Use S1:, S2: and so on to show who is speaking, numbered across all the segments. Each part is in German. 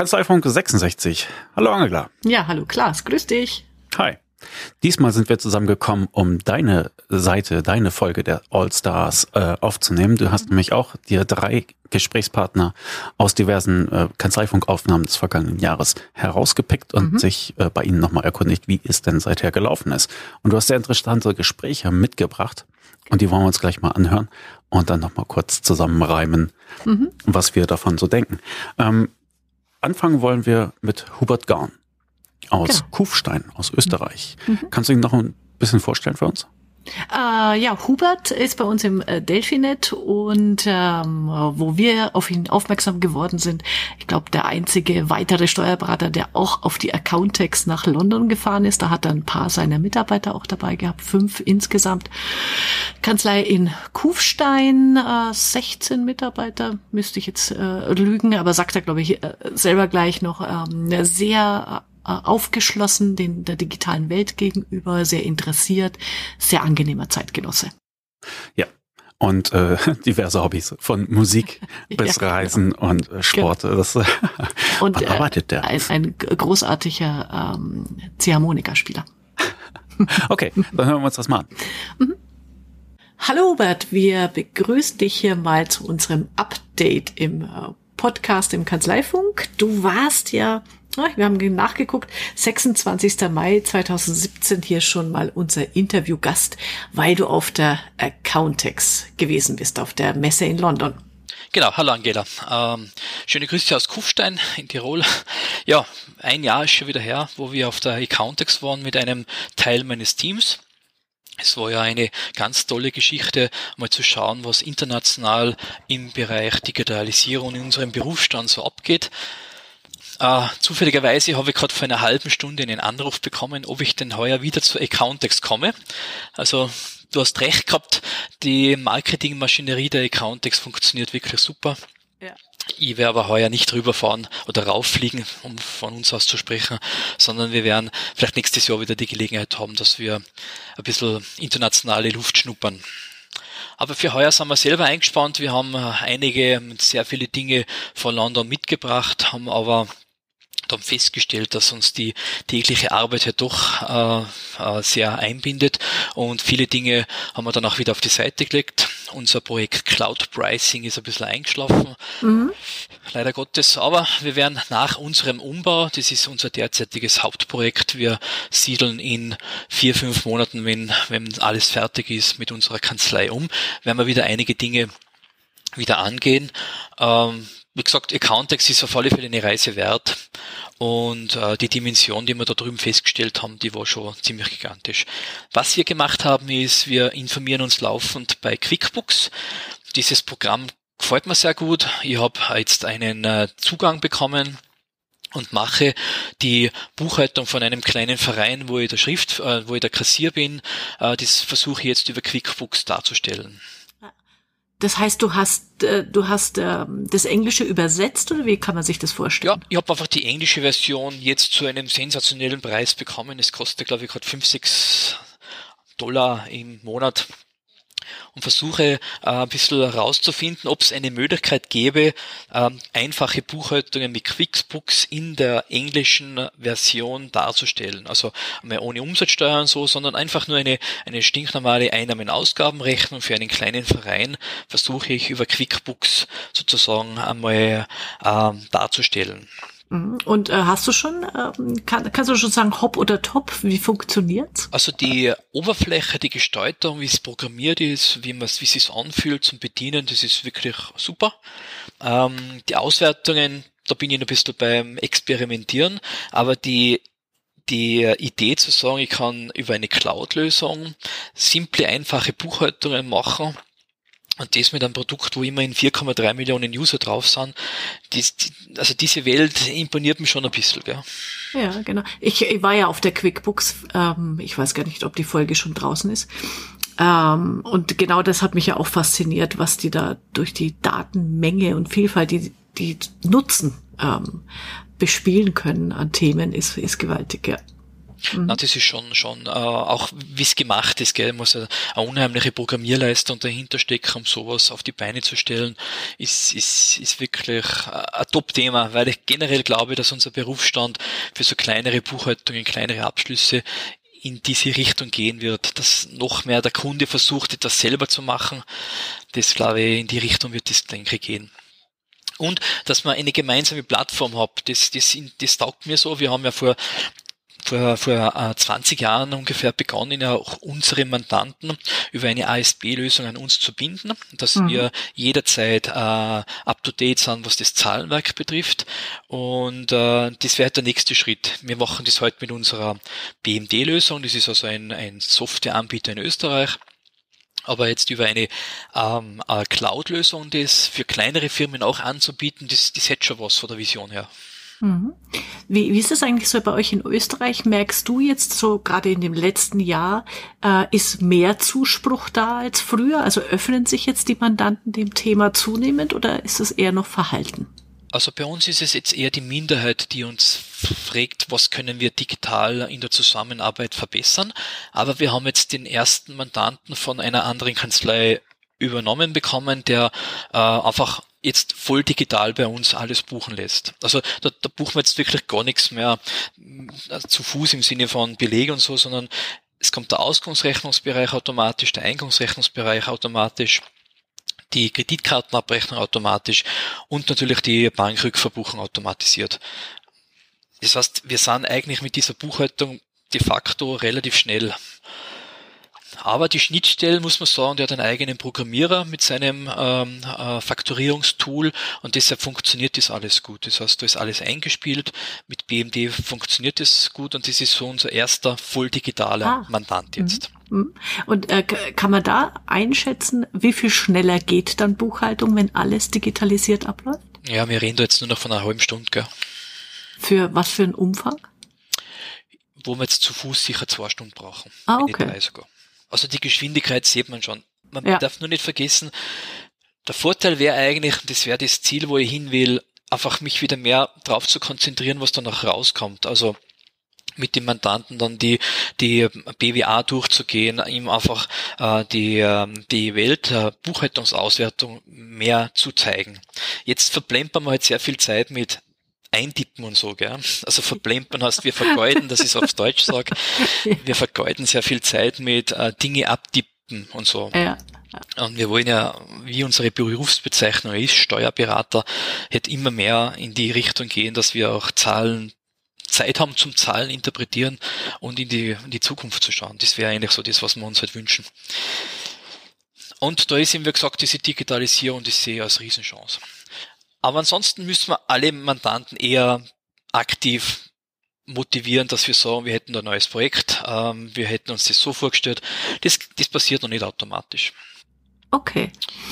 S1: Kanzleifunk 66. Hallo Angela.
S2: Ja, hallo Klaas, grüß dich.
S1: Hi. Diesmal sind wir zusammengekommen, um deine Seite, deine Folge der All-Stars aufzunehmen. Du hast nämlich auch dir 3 Gesprächspartner aus diversen Kanzleifunkaufnahmen des vergangenen Jahres herausgepickt und sich bei ihnen nochmal erkundigt, wie es denn seither gelaufen ist. Und du hast sehr interessante Gespräche mitgebracht und die wollen wir uns gleich mal anhören und dann nochmal kurz zusammenreimen, was wir davon so denken. Anfangen wollen wir mit Hubert Gaun aus Kufstein, aus Österreich. Kannst du ihn noch ein bisschen vorstellen für uns?
S2: Ja, Hubert ist bei uns im Delphinet und wo wir auf ihn aufmerksam geworden sind, ich glaube, der einzige weitere Steuerberater, der auch auf die Accountex nach London gefahren ist. Da hat er ein paar seiner Mitarbeiter auch dabei gehabt, 5 insgesamt. Kanzlei in Kufstein, 16 Mitarbeiter, müsste ich jetzt lügen, aber sagt er, glaube ich, selber gleich noch, sehr aufgeschlossen der digitalen Welt gegenüber, sehr interessiert, sehr angenehmer Zeitgenosse.
S1: Ja, und diverse Hobbys, von Musik bis Reisen und Sport. Genau. Das,
S2: und
S1: wann arbeitet der?
S2: Ein großartiger Ziehharmonikaspieler.
S1: Okay, dann hören wir uns das mal an.
S2: Hallo Hubert, wir begrüßen dich hier mal zu unserem Update im Podcast im Kanzleifunk. Du warst ja, wir haben nachgeguckt, 26. Mai 2017 hier schon mal unser Interviewgast, weil du auf der Accountex gewesen bist, auf der Messe in London.
S3: Genau, hallo Angela. Schöne Grüße aus Kufstein in Tirol. Ja, ein Jahr ist schon wieder her, wo wir auf der Accountex waren mit einem Teil meines Teams. Es war ja eine ganz tolle Geschichte, mal zu schauen, was international im Bereich Digitalisierung in unserem Berufsstand so abgeht. Zufälligerweise habe ich gerade vor einer halben Stunde einen Anruf bekommen, ob ich denn heuer wieder zur Accountex komme. Also du hast recht gehabt, die Marketingmaschinerie der Accountex funktioniert wirklich super. Ja. Ich werde aber heuer nicht rüberfahren oder rauffliegen, um von uns aus zu sprechen, sondern wir werden vielleicht nächstes Jahr wieder die Gelegenheit haben, dass wir ein bisschen internationale Luft schnuppern. Aber für heuer sind wir selber eingespannt. Wir haben sehr viele Dinge von London mitgebracht, haben aber dann festgestellt, dass uns die tägliche Arbeit ja doch sehr einbindet und viele Dinge haben wir dann auch wieder auf die Seite gelegt. Unser Projekt Cloud Pricing ist ein bisschen eingeschlafen, leider Gottes, aber wir werden nach unserem Umbau, das ist unser derzeitiges Hauptprojekt, wir siedeln in 4-5 Monaten, wenn alles fertig ist mit unserer Kanzlei werden wir wieder einige Dinge wieder angehen. Wie gesagt, Accountex ist auf alle Fälle eine Reise wert und die Dimension, die wir da drüben festgestellt haben, die war schon ziemlich gigantisch. Was wir gemacht haben, ist, wir informieren uns laufend bei QuickBooks. Dieses Programm gefällt mir sehr gut. Ich habe jetzt einen Zugang bekommen und mache die Buchhaltung von einem kleinen Verein, wo ich der Kassier bin. Das versuche ich jetzt über QuickBooks darzustellen.
S2: Das heißt, du hast das Englische übersetzt oder wie kann man sich das vorstellen?
S3: Ja, ich habe einfach die englische Version jetzt zu einem sensationellen Preis bekommen. Es kostet, glaube ich, gerade $5-6 im Monat. Und versuche ein bisschen herauszufinden, ob es eine Möglichkeit gäbe, einfache Buchhaltungen mit QuickBooks in der englischen Version darzustellen. Also mehr ohne Umsatzsteuer und so, sondern einfach nur eine stinknormale Einnahmen-Ausgaben-Rechnung für einen kleinen Verein versuche ich über QuickBooks sozusagen einmal darzustellen.
S2: Und hast du schon, kannst du schon sagen, Hop oder Top, wie funktioniert's?
S3: Also die Oberfläche, die Gestaltung, wie es programmiert ist, wie es sich anfühlt zum Bedienen, das ist wirklich super. Die Auswertungen, da bin ich noch ein bisschen beim Experimentieren, aber die Idee zu sagen, ich kann über eine Cloud-Lösung simple, einfache Buchhaltungen machen, und das mit einem Produkt, wo immerhin 4,3 Millionen User drauf sind, also diese Welt imponiert mir schon ein bisschen, gell?
S2: Ja, genau. Ich war ja auf der QuickBooks, ich weiß gar nicht, ob die Folge schon draußen ist. Und genau das hat mich ja auch fasziniert, was die da durch die Datenmenge und Vielfalt, die nutzen, bespielen können an Themen, ist gewaltig, ja.
S3: Na, das ist schon auch wie es gemacht ist, gell, muss eine unheimliche Programmierleistung dahinter stecken, um sowas auf die Beine zu stellen, ist wirklich ein Top-Thema, weil ich generell glaube, dass unser Berufsstand für so kleinere Buchhaltungen, kleinere Abschlüsse in diese Richtung gehen wird, dass noch mehr der Kunde versucht, etwas selber zu machen. Das glaube ich, in die Richtung wird das, denke ich, gehen. Und dass man eine gemeinsame Plattform hat, das taugt mir so. Wir haben ja vor 20 Jahren ungefähr begonnen, ja auch unsere Mandanten über eine ASB-Lösung an uns zu binden, dass wir jederzeit up-to-date sind, was das Zahlenwerk betrifft. Und das wäre der nächste Schritt. Wir machen das heute mit unserer BMD-Lösung. Das ist also ein Softwareanbieter in Österreich. Aber jetzt über eine Cloud-Lösung, das für kleinere Firmen auch anzubieten, das hätte schon was von der Vision her.
S2: Wie ist es eigentlich so bei euch in Österreich? Merkst du jetzt so gerade in dem letzten Jahr, ist mehr Zuspruch da als früher? Also öffnen sich jetzt die Mandanten dem Thema zunehmend oder ist es eher noch verhalten?
S3: Also bei uns ist es jetzt eher die Minderheit, die uns fragt, was können wir digital in der Zusammenarbeit verbessern. Aber wir haben jetzt den ersten Mandanten von einer anderen Kanzlei übernommen bekommen, der einfach jetzt voll digital bei uns alles buchen lässt. Also da buchen wir jetzt wirklich gar nichts mehr zu Fuß im Sinne von Belege und so, sondern es kommt der Ausgangsrechnungsbereich automatisch, der Eingangsrechnungsbereich automatisch, die Kreditkartenabrechnung automatisch und natürlich die Bankrückverbuchung automatisiert. Das heißt, wir sind eigentlich mit dieser Buchhaltung de facto relativ schnell. Aber die Schnittstellen, muss man sagen, der hat einen eigenen Programmierer mit seinem Faktorierungstool und deshalb funktioniert das alles gut. Das heißt, da ist alles eingespielt, mit BMD funktioniert das gut und das ist so unser erster voll digitaler Mandant jetzt.
S2: Und kann man da einschätzen, wie viel schneller geht dann Buchhaltung, wenn alles digitalisiert abläuft?
S3: Ja, wir reden da jetzt nur noch von einer halben Stunde, gell?
S2: Für was für einen Umfang?
S3: Wo wir jetzt zu Fuß sicher 2 Stunden brauchen.
S2: Okay.
S3: Nicht 3 sogar. Also die Geschwindigkeit sieht man schon. Man darf nur nicht vergessen, der Vorteil wäre eigentlich, und das wäre das Ziel, wo ich hin will, einfach mich wieder mehr drauf zu konzentrieren, was danach rauskommt. Also mit dem Mandanten dann die BWA durchzugehen, ihm einfach die Welt Buchhaltungsauswertung mehr zu zeigen. Jetzt verplempern wir halt sehr viel Zeit mit Eintippen und so, gell? Also verplempern heißt, wir vergeuden, das ist auf Deutsch sage, wir vergeuden sehr viel Zeit mit Dinge abtippen und so.
S2: Ja.
S3: Und wir wollen ja, wie unsere Berufsbezeichnung ist, Steuerberater, halt immer mehr in die Richtung gehen, dass wir auch Zeit haben zum Zahlen interpretieren und in die Zukunft zu schauen. Das wäre eigentlich so das, was wir uns halt wünschen. Und da ist eben, wie gesagt, diese Digitalisierung, das sehe ich als Riesenchance. Aber ansonsten müssen wir alle Mandanten eher aktiv motivieren, dass wir sagen, wir hätten da ein neues Projekt, wir hätten uns das so vorgestellt. Das passiert noch nicht automatisch.
S2: Okay.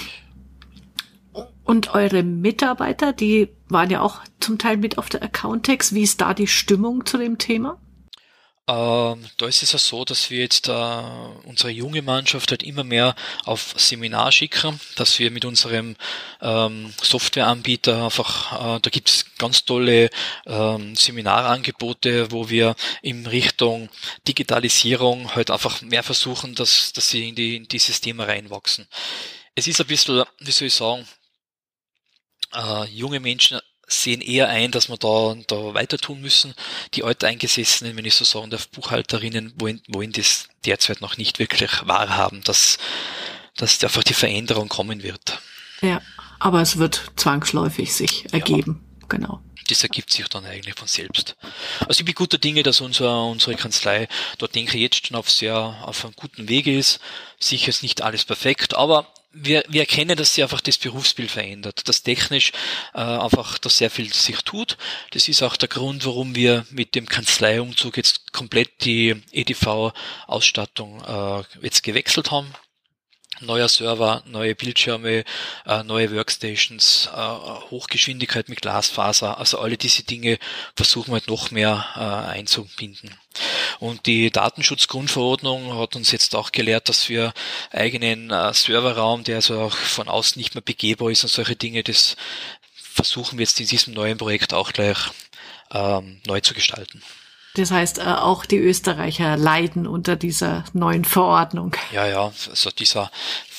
S2: Und eure Mitarbeiter, die waren ja auch zum Teil mit auf der Accountex. Wie ist da die Stimmung zu dem Thema?
S3: Da ist es ja so, dass wir jetzt unsere junge Mannschaft halt immer mehr auf Seminar schicken, dass wir mit unserem Softwareanbieter einfach, da gibt es ganz tolle Seminarangebote, wo wir in Richtung Digitalisierung halt einfach mehr versuchen, dass sie in dieses Thema reinwachsen. Es ist ein bisschen, wie soll ich sagen, junge Menschen sehen eher ein, dass wir da weiter tun müssen. Die Alteingesessenen, wenn ich so sagen darf, Buchhalterinnen, wollen das derzeit noch nicht wirklich wahrhaben, dass einfach die Veränderung kommen wird.
S2: Ja, aber es wird zwangsläufig sich ergeben. Ja. Genau.
S3: Das ergibt sich dann eigentlich von selbst. Also ich bin guter Dinge, dass unsere Kanzlei, dort denke ich jetzt schon auf einem guten Wege ist. Sicher ist nicht alles perfekt, aber wir erkennen, dass sich einfach das Berufsbild verändert, dass technisch einfach da sehr viel sich tut. Das ist auch der Grund, warum wir mit dem Kanzleiumzug jetzt komplett die EDV-Ausstattung jetzt gewechselt haben. Neuer Server, neue Bildschirme, neue Workstations, Hochgeschwindigkeit mit Glasfaser, also alle diese Dinge versuchen wir halt noch mehr einzubinden. Und die Datenschutzgrundverordnung hat uns jetzt auch gelehrt, dass wir eigenen Serverraum, der also auch von außen nicht mehr begehbar ist und solche Dinge, das versuchen wir jetzt in diesem neuen Projekt auch gleich neu zu gestalten.
S2: Das heißt, auch die Österreicher leiden unter dieser neuen Verordnung.
S3: Ja, also dieser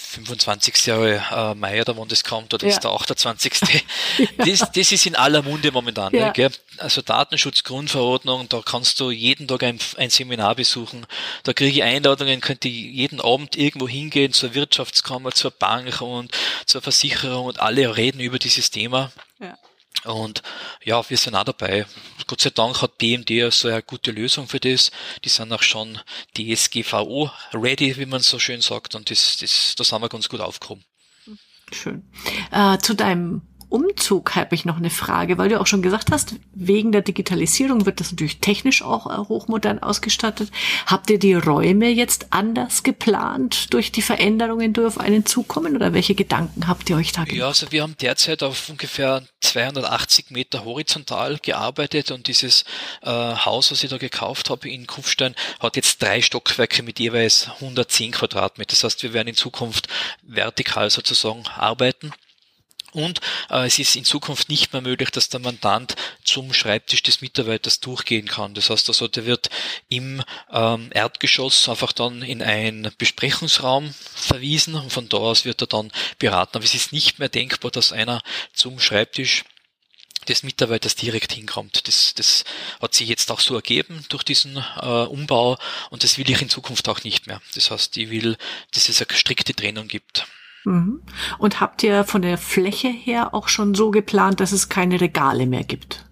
S3: 25. Jahre Mai, oder wann das kommt, oder ist der 28. Das ist in aller Munde momentan.
S2: Ja.
S3: Ne, gell? Also Datenschutzgrundverordnung, da kannst du jeden Tag ein Seminar besuchen. Da kriege ich Einladungen, könnte jeden Abend irgendwo hingehen, zur Wirtschaftskammer, zur Bank und zur Versicherung, und alle reden über dieses Thema.
S2: Ja.
S3: Und ja, wir sind auch dabei. Gott sei Dank hat BMD so eine gute Lösung für das. Die sind auch schon DSGVO ready, wie man so schön sagt. Und da sind wir ganz gut aufgehoben.
S2: Schön. Zu deinem Umzug habe ich noch eine Frage, weil du auch schon gesagt hast, wegen der Digitalisierung wird das natürlich technisch auch hochmodern ausgestattet. Habt ihr die Räume jetzt anders geplant durch die Veränderungen, die auf einen zukommen, oder welche Gedanken habt ihr euch da gemacht?
S3: Ja, also wir haben derzeit auf ungefähr 280 Meter horizontal gearbeitet, und dieses Haus, was ich da gekauft habe in Kufstein, hat jetzt 3 Stockwerke mit jeweils 110 Quadratmeter. Das heißt, wir werden in Zukunft vertikal sozusagen arbeiten. Und es ist in Zukunft nicht mehr möglich, dass der Mandant zum Schreibtisch des Mitarbeiters durchgehen kann. Das heißt also, der wird im Erdgeschoss einfach dann in einen Besprechungsraum verwiesen, und von da aus wird er dann beraten. Aber es ist nicht mehr denkbar, dass einer zum Schreibtisch des Mitarbeiters direkt hinkommt. Das hat sich jetzt auch so ergeben durch diesen Umbau, und das will ich in Zukunft auch nicht mehr. Das heißt, ich will, dass es eine strikte Trennung gibt.
S2: Und habt ihr von der Fläche her auch schon so geplant, dass es keine Regale mehr gibt?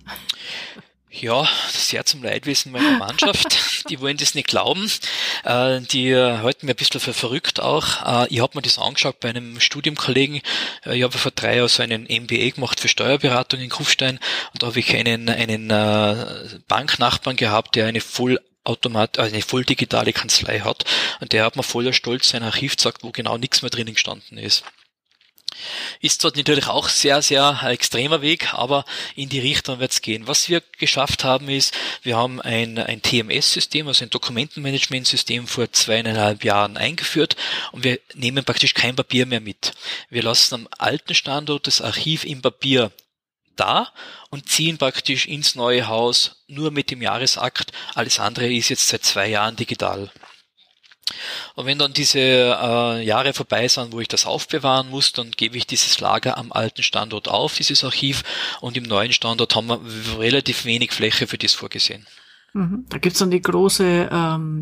S3: Ja, sehr zum Leidwesen meiner Mannschaft. Die wollen das nicht glauben. Die halten mir ein bisschen für verrückt auch. Ich habe mir das angeschaut bei einem Studiumkollegen. Ich habe vor 3 Jahren so einen MBA gemacht für Steuerberatung in Kufstein, und da habe ich einen Banknachbarn gehabt, der eine voll digitale Kanzlei hat, und der hat mir voller Stolz sein Archiv gezeigt, wo genau nichts mehr drinnen gestanden ist. Ist dort natürlich auch sehr, sehr ein extremer Weg, aber in die Richtung wird es gehen. Was wir geschafft haben ist, wir haben ein TMS-System, also ein Dokumentenmanagementsystem vor 2,5 Jahren eingeführt, und wir nehmen praktisch kein Papier mehr mit. Wir lassen am alten Standort das Archiv im Papier da und ziehen praktisch ins neue Haus nur mit dem Jahresakt. Alles andere ist jetzt seit 2 Jahren digital. Und wenn dann diese Jahre vorbei sind, wo ich das aufbewahren muss, dann gebe ich dieses Lager am alten Standort auf, dieses Archiv, und im neuen Standort haben wir relativ wenig Fläche für das vorgesehen.
S2: Da gibt's dann die große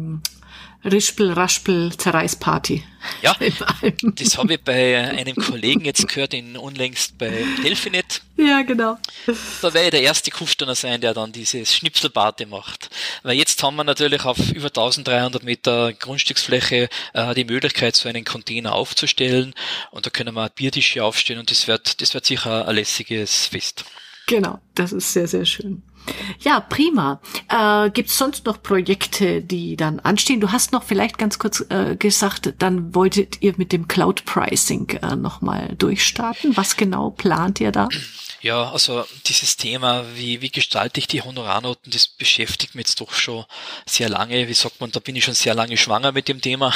S2: Rispel-Raspel-Zerreißparty.
S3: Ja, das habe ich bei einem Kollegen jetzt gehört, unlängst bei Delfinet.
S2: Ja, genau.
S3: Da werde ich der erste Kufsteiner sein, der dann dieses Schnipselparty macht. Weil jetzt haben wir natürlich auf über 1300 Meter Grundstücksfläche die Möglichkeit, so einen Container aufzustellen, und da können wir Biertische aufstellen, und das wird sicher ein lässiges Fest.
S2: Genau, das ist sehr, sehr schön. Ja, prima. Gibt's sonst noch Projekte, die dann anstehen? Du hast noch vielleicht ganz kurz gesagt, dann wolltet ihr mit dem Cloud Pricing nochmal durchstarten. Was genau plant ihr da?
S3: Ja, also dieses Thema, wie gestalte ich die Honorarnoten, das beschäftigt mich jetzt doch schon sehr lange. Wie sagt man, da bin ich schon sehr lange schwanger mit dem Thema.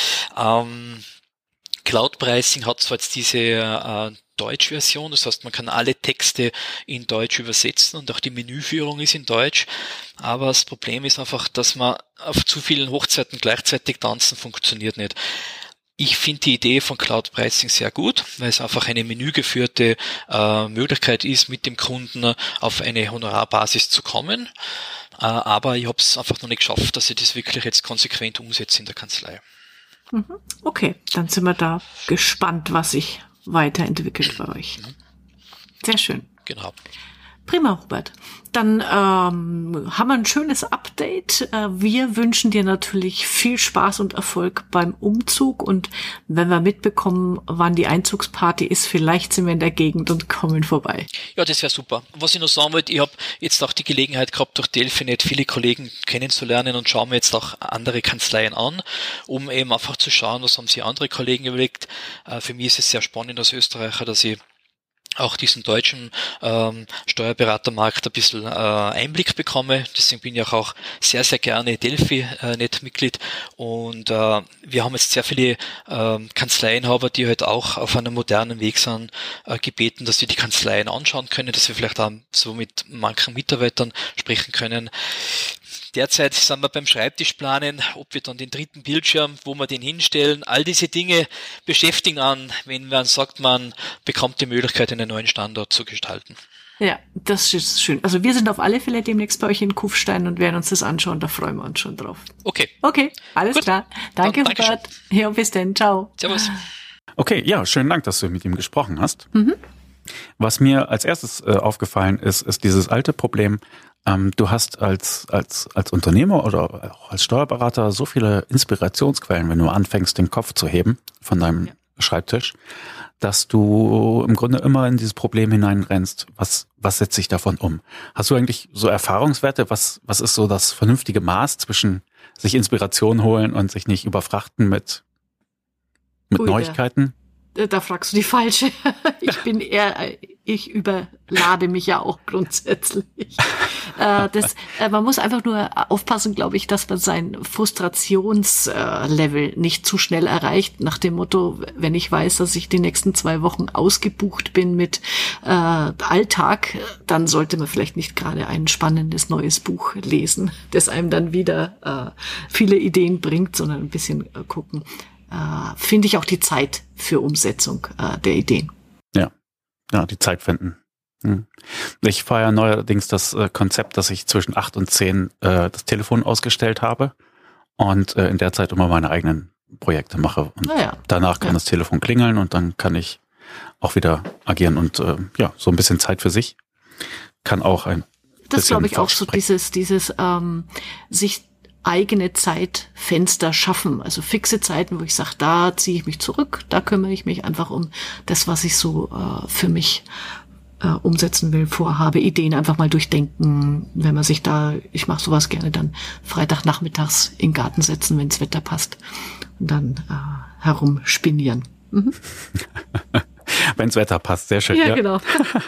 S3: Cloud Pricing hat zwar jetzt diese Deutsch-Version, das heißt, man kann alle Texte in Deutsch übersetzen, und auch die Menüführung ist in Deutsch, aber das Problem ist einfach, dass man auf zu vielen Hochzeiten gleichzeitig tanzen funktioniert nicht. Ich finde die Idee von Cloud Pricing sehr gut, weil es einfach eine menügeführte Möglichkeit ist, mit dem Kunden auf eine Honorarbasis zu kommen, aber ich habe es einfach noch nicht geschafft, dass ich das wirklich jetzt konsequent umsetze in der Kanzlei.
S2: Okay, dann sind wir da gespannt, was sich weiterentwickelt bei euch. Sehr schön.
S3: Genau.
S2: Prima, Hubert. Dann haben wir ein schönes Update. Wir wünschen dir natürlich viel Spaß und Erfolg beim Umzug, und wenn wir mitbekommen, wann die Einzugsparty ist, vielleicht sind wir in der Gegend und kommen vorbei.
S3: Ja, das wäre super. Was ich noch sagen wollte, ich habe jetzt auch die Gelegenheit gehabt, durch Delfinet viele Kollegen kennenzulernen, und schauen mir jetzt auch andere Kanzleien an, um eben einfach zu schauen, was haben sich andere Kollegen überlegt. Für mich ist es sehr spannend als Österreicher, dass ich auch diesen deutschen Steuerberatermarkt ein bisschen Einblick bekomme. Deswegen bin ich auch sehr, sehr gerne Delfinet-Mitglied. Und wir haben jetzt sehr viele Kanzleienhaber, die halt auch auf einem modernen Weg sind, gebeten, dass wir die Kanzleien anschauen können, dass wir vielleicht auch so mit manchen Mitarbeitern sprechen können. derzeit sind wir beim Schreibtischplanen, ob wir dann den dritten Bildschirm, wo wir den hinstellen, all diese Dinge beschäftigen an, wenn man sagt, man bekommt die Möglichkeit, einen neuen Standort zu gestalten.
S2: Ja, das ist schön. Also wir sind auf alle Fälle demnächst bei euch in Kufstein und werden uns das anschauen, da freuen wir uns schon drauf.
S3: Okay.
S2: Okay, alles
S3: Gut.
S2: klar. Danke, Hubert. Ja, bis dann. Ciao.
S3: Servus.
S1: Okay, ja, schönen Dank, dass du mit ihm gesprochen hast. Was mir als erstes aufgefallen ist dieses alte Problem. Du hast als Unternehmer oder auch als Steuerberater so viele Inspirationsquellen, wenn du anfängst, den Kopf zu heben von deinem Schreibtisch, dass du im Grunde immer in dieses Problem hineinrennst. Was setzt sich davon um? Hast du eigentlich so Erfahrungswerte? Was ist so das vernünftige Maß zwischen sich Inspiration holen und sich nicht überfrachten mit Neuigkeiten?
S2: Da fragst du die Falsche. Ich überlade mich ja auch grundsätzlich. Man muss einfach nur aufpassen, glaube ich, dass man sein Frustrationslevel nicht zu schnell erreicht. Nach dem Motto, wenn ich weiß, dass ich die nächsten 2 Wochen ausgebucht bin mit Alltag, dann sollte man vielleicht nicht gerade ein spannendes neues Buch lesen, das einem dann wieder viele Ideen bringt, sondern ein bisschen gucken. Finde ich auch die Zeit für Umsetzung der Ideen.
S1: Ja, die Zeit finden. Ich feiere neuerdings das Konzept, dass ich zwischen 8 und 10 das Telefon ausgestellt habe und in der Zeit immer meine eigenen Projekte mache. Und danach kann das Telefon klingeln und dann kann ich auch wieder agieren und so ein bisschen Zeit für sich kann auch ein
S2: das glaube ich auch so dieses sich eigene Zeitfenster schaffen, also fixe Zeiten, wo ich sage, da ziehe ich mich zurück, da kümmere ich mich einfach um das, was ich so für mich umsetzen will, vorhabe, Ideen einfach mal durchdenken, wenn man sich ich mache sowas gerne dann Freitagnachmittags in den Garten setzen, wenn das Wetter passt und dann herumspinnieren.
S1: Wenn das Wetter passt, sehr schön.
S2: Ja, genau.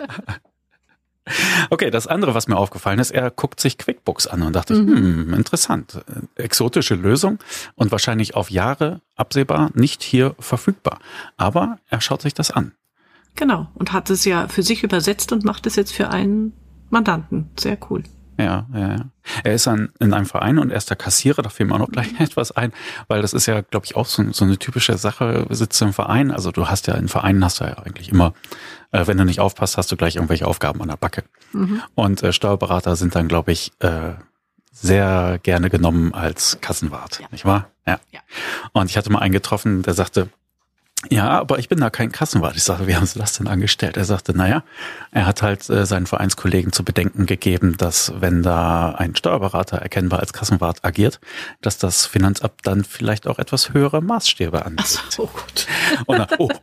S1: Okay, das andere, was mir aufgefallen ist, er guckt sich QuickBooks an und dachte ich, interessant, exotische Lösung und wahrscheinlich auf Jahre absehbar nicht hier verfügbar. Aber er schaut sich das an.
S2: Genau, und hat es ja für sich übersetzt und macht es jetzt für einen Mandanten. Sehr cool.
S1: Ja. Er ist in einem Verein und er ist der Kassierer, da fiel mir auch noch gleich etwas ein, weil das ist ja, glaube ich, auch so eine typische Sache, sitzt im Verein, also du hast ja in Vereinen hast du ja eigentlich immer, wenn du nicht aufpasst, hast du gleich irgendwelche Aufgaben an der Backe. Und Steuerberater sind dann, glaube ich, sehr gerne genommen als Kassenwart, nicht wahr? Ja. Und ich hatte mal einen getroffen, der sagte, ja, aber ich bin da kein Kassenwart. Ich sage, wie haben Sie das denn angestellt? Er sagte, er hat halt seinen Vereinskollegen zu bedenken gegeben, dass wenn da ein Steuerberater erkennbar als Kassenwart agiert, dass das Finanzamt dann vielleicht auch etwas höhere Maßstäbe anlegt.
S2: Ach so, gut.
S1: Und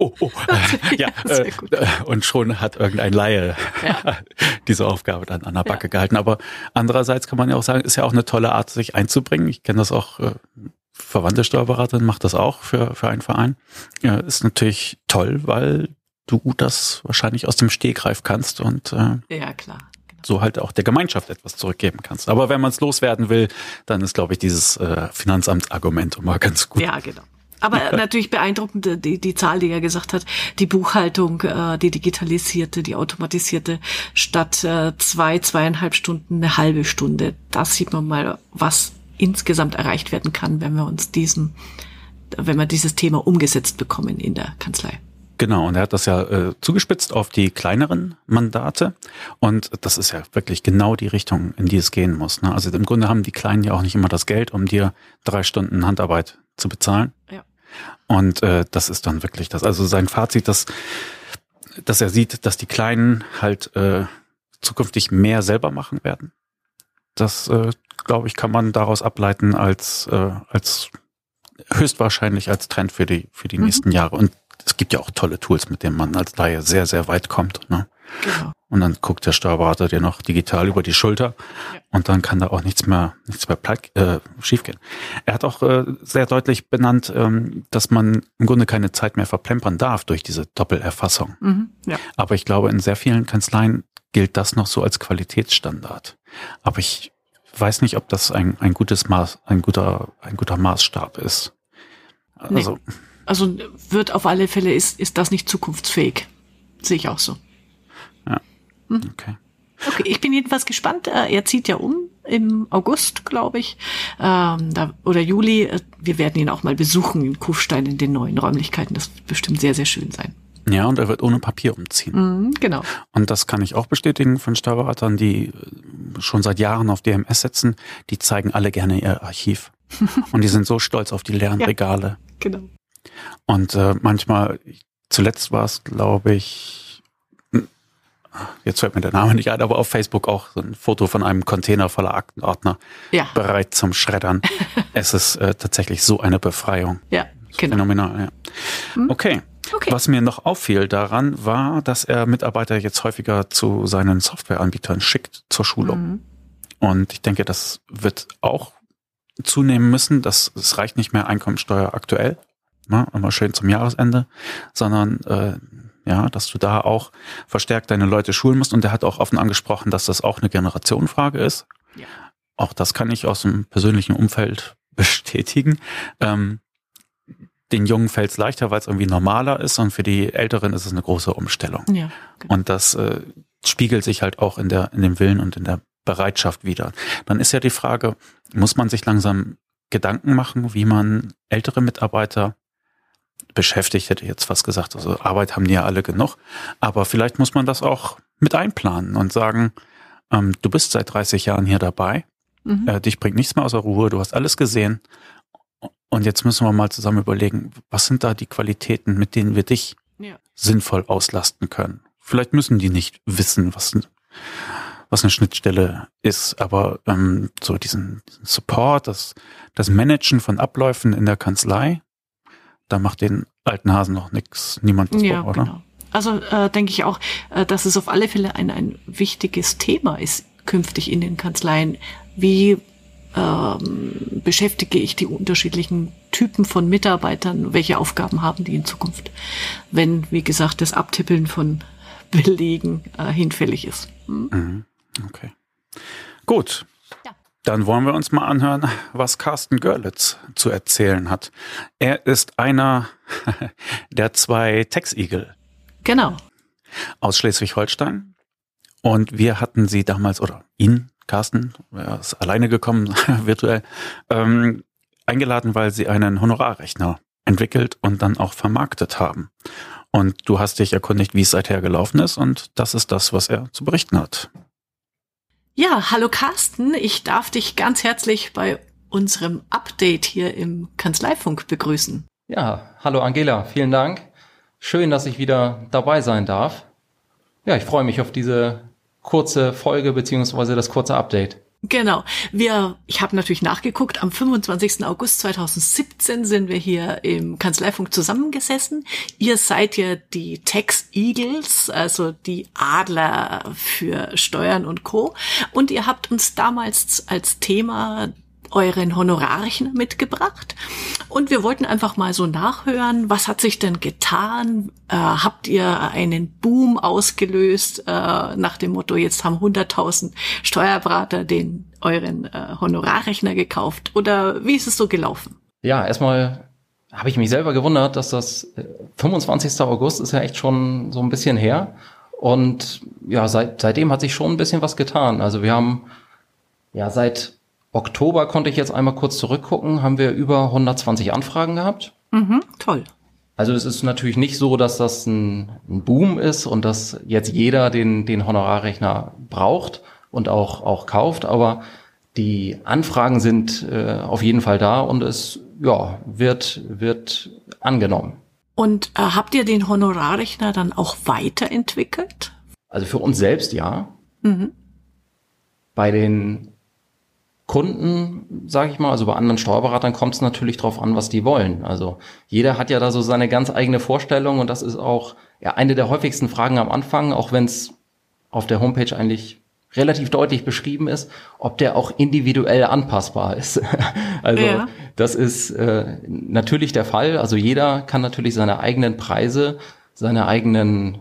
S1: und schon hat irgendein Laie diese Aufgabe dann an der Backe gehalten. Aber andererseits kann man ja auch sagen, ist ja auch eine tolle Art, sich einzubringen. Ich kenne das auch, verwandte Steuerberaterin macht das auch für einen Verein. Ja, ist natürlich toll, weil du das wahrscheinlich aus dem Stegreif kannst und
S2: klar.
S1: So halt auch der Gemeinschaft etwas zurückgeben kannst. Aber wenn man es loswerden will, dann ist, glaube ich, dieses Finanzamtsargument immer ganz gut.
S2: Ja, genau. Aber natürlich beeindruckend die Zahl, die er gesagt hat, die Buchhaltung, die digitalisierte, die automatisierte, statt 2,5 Stunden, eine halbe Stunde. Da sieht man mal, was insgesamt erreicht werden kann, wenn wir dieses Thema umgesetzt bekommen in der Kanzlei.
S1: Genau, und er hat das ja zugespitzt auf die kleineren Mandate und das ist ja wirklich genau die Richtung, in die es gehen muss. Ne? Also im Grunde haben die Kleinen ja auch nicht immer das Geld, um dir 3 Stunden Handarbeit zu bezahlen.
S2: Ja.
S1: Und das ist dann wirklich das. Also sein Fazit, dass er sieht, dass die Kleinen halt zukünftig mehr selber machen werden. Das glaube ich, kann man daraus ableiten als höchstwahrscheinlich als Trend für die nächsten Jahre. Und es gibt ja auch tolle Tools, mit denen man als Laie sehr, sehr weit kommt. Ne?
S2: Genau.
S1: Und dann guckt der Steuerberater dir noch digital über die Schulter und dann kann da auch nichts mehr schiefgehen. Er hat auch sehr deutlich benannt, dass man im Grunde keine Zeit mehr verplempern darf durch diese Doppelerfassung. Aber ich glaube, in sehr vielen Kanzleien gilt das noch so als Qualitätsstandard. Aber ich weiß nicht, ob das ein guter Maßstab ist. Also,
S2: also wird auf alle Fälle ist das nicht zukunftsfähig. Sehe ich auch so.
S1: Ja. Okay.
S2: Okay, ich bin jedenfalls gespannt. Er zieht ja um im August, glaube ich, oder Juli. Wir werden ihn auch mal besuchen in Kufstein in den neuen Räumlichkeiten. Das wird bestimmt sehr, sehr schön sein.
S1: Ja, und er wird ohne Papier umziehen.
S2: Genau.
S1: Und das kann ich auch bestätigen von Steuerberatern, die schon seit Jahren auf DMS setzen. Die zeigen alle gerne ihr Archiv. Und die sind so stolz auf die leeren Regale.
S2: Genau.
S1: Und manchmal, zuletzt war es, glaube ich, jetzt fällt mir der Name nicht ein, aber auf Facebook auch so ein Foto von einem Container voller Aktenordner bereit zum Schreddern. Es ist tatsächlich so eine Befreiung.
S2: Ja, genau.
S1: Phänomenal, ja. Okay. Was mir noch auffiel daran, war, dass er Mitarbeiter jetzt häufiger zu seinen Softwareanbietern schickt zur Schulung. Und ich denke, das wird auch zunehmen müssen. Es reicht nicht mehr Einkommensteuer aktuell, ne, immer schön zum Jahresende, sondern dass du da auch verstärkt deine Leute schulen musst. Und er hat auch offen angesprochen, dass das auch eine Generationenfrage ist. Ja. Auch das kann ich aus dem persönlichen Umfeld bestätigen. Den Jungen fällt es leichter, weil es irgendwie normaler ist, und für die Älteren ist es eine große Umstellung. Ja, genau. Und das spiegelt sich halt auch in dem Willen und in der Bereitschaft wieder. Dann ist ja die Frage, muss man sich langsam Gedanken machen, wie man ältere Mitarbeiter beschäftigt, hätte ich jetzt fast gesagt. Also Arbeit haben die ja alle genug. Aber vielleicht muss man das auch mit einplanen und sagen, du bist seit 30 Jahren hier dabei, dich bringt nichts mehr außer Ruhe, du hast alles gesehen. Und jetzt müssen wir mal zusammen überlegen, was sind da die Qualitäten, mit denen wir dich sinnvoll auslasten können. Vielleicht müssen die nicht wissen, was eine Schnittstelle ist, aber so diesen Support, das Managen von Abläufen in der Kanzlei, da macht den alten Hasen noch niemand was vor, oder? Genau.
S2: Also denke ich auch, dass es auf alle Fälle ein wichtiges Thema ist künftig in den Kanzleien. Wie beschäftige ich die unterschiedlichen Typen von Mitarbeitern? Welche Aufgaben haben die in Zukunft, wenn, wie gesagt, das Abtippeln von Belegen hinfällig ist?
S1: Okay. Gut. Ja. Dann wollen wir uns mal anhören, was Carsten Görlitz zu erzählen hat. Er ist einer der 2 Tax-Eagle.
S2: Genau.
S1: Aus Schleswig-Holstein. Und wir hatten sie damals, oder ihn, Carsten, er ist alleine gekommen, virtuell, eingeladen, weil sie einen Honorarrechner entwickelt und dann auch vermarktet haben. Und du hast dich erkundigt, wie es seither gelaufen ist, und das ist das, was er zu berichten hat.
S2: Ja, hallo Carsten, ich darf dich ganz herzlich bei unserem Update hier im Kanzleifunk begrüßen.
S4: Ja, hallo Angela, vielen Dank. Schön, dass ich wieder dabei sein darf. Ja, ich freue mich auf diese kurze Folge beziehungsweise das kurze Update.
S2: Genau. Ich habe natürlich nachgeguckt, am 25. August 2017 sind wir hier im Kanzleifunk zusammengesessen. Ihr seid ja die Tax Eagles, also die Adler für Steuern und Co. Und ihr habt uns damals als Thema euren Honorarrechner mitgebracht. Und wir wollten einfach mal so nachhören, was hat sich denn getan? Habt ihr einen Boom ausgelöst nach dem Motto, jetzt haben 100.000 Steuerberater euren Honorarrechner gekauft? Oder wie ist es so gelaufen?
S4: Ja, erstmal habe ich mich selber gewundert, dass das 25. August ist ja echt schon so ein bisschen her. Und ja, seitdem hat sich schon ein bisschen was getan. Also wir haben ja seit Oktober, konnte ich jetzt einmal kurz zurückgucken, haben wir über 120 Anfragen gehabt.
S2: Toll.
S4: Also es ist natürlich nicht so, dass das ein Boom ist und dass jetzt jeder den Honorarrechner braucht und auch kauft, aber die Anfragen sind auf jeden Fall da und es wird angenommen.
S2: Und habt ihr den Honorarrechner dann auch weiterentwickelt?
S4: Also für uns selbst ja. Bei den Kunden, sage ich mal, also bei anderen Steuerberatern kommt es natürlich drauf an, was die wollen. Also jeder hat ja da so seine ganz eigene Vorstellung und das ist auch eine der häufigsten Fragen am Anfang, auch wenn es auf der Homepage eigentlich relativ deutlich beschrieben ist, ob der auch individuell anpassbar ist. Also das ist natürlich der Fall. Also jeder kann natürlich seine eigenen Preise, seine eigenen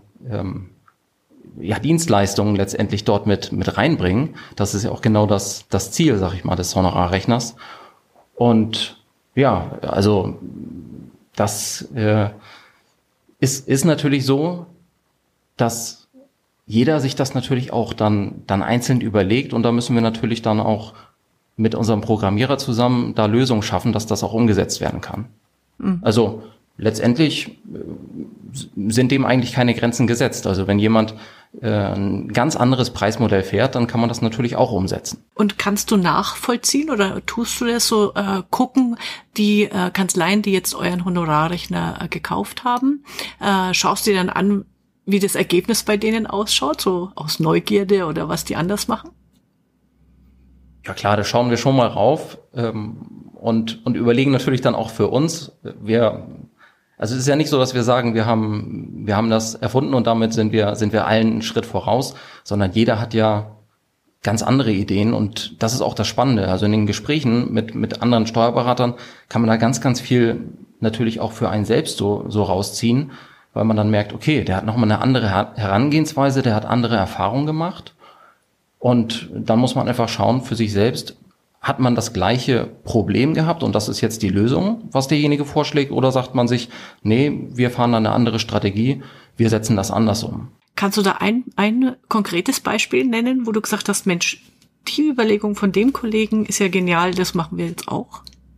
S4: Dienstleistungen letztendlich dort mit reinbringen. Das ist ja auch genau das Ziel, sag ich mal, des Honorarrechners. Und ja, also das ist natürlich so, dass jeder sich das natürlich auch dann einzeln überlegt und da müssen wir natürlich dann auch mit unserem Programmierer zusammen da Lösungen schaffen, dass das auch umgesetzt werden kann. Mhm. Also letztendlich sind dem eigentlich keine Grenzen gesetzt. Also wenn jemand ein ganz anderes Preismodell fährt, dann kann man das natürlich auch umsetzen.
S2: Und kannst du nachvollziehen oder tust du das so, gucken, die Kanzleien, die jetzt euren Honorarrechner gekauft haben, schaust dir dann an, wie das Ergebnis bei denen ausschaut, so aus Neugierde oder was die anders machen?
S4: Ja klar, da schauen wir schon mal rauf und überlegen natürlich dann auch für uns. Also es ist ja nicht so, dass wir sagen, wir haben das erfunden und damit sind wir allen einen Schritt voraus, sondern jeder hat ja ganz andere Ideen und das ist auch das Spannende. Also in den Gesprächen mit anderen Steuerberatern kann man da ganz, ganz viel natürlich auch für einen selbst so rausziehen, weil man dann merkt, okay, der hat nochmal eine andere Herangehensweise, der hat andere Erfahrungen gemacht und dann muss man einfach schauen für sich selbst, hat man das gleiche Problem gehabt und das ist jetzt die Lösung, was derjenige vorschlägt, oder sagt man sich, nee, wir fahren da eine andere Strategie, wir setzen das anders um.
S2: Kannst du da ein konkretes Beispiel nennen, wo du gesagt hast, Mensch, die Überlegung von dem Kollegen ist ja genial, das machen wir jetzt auch?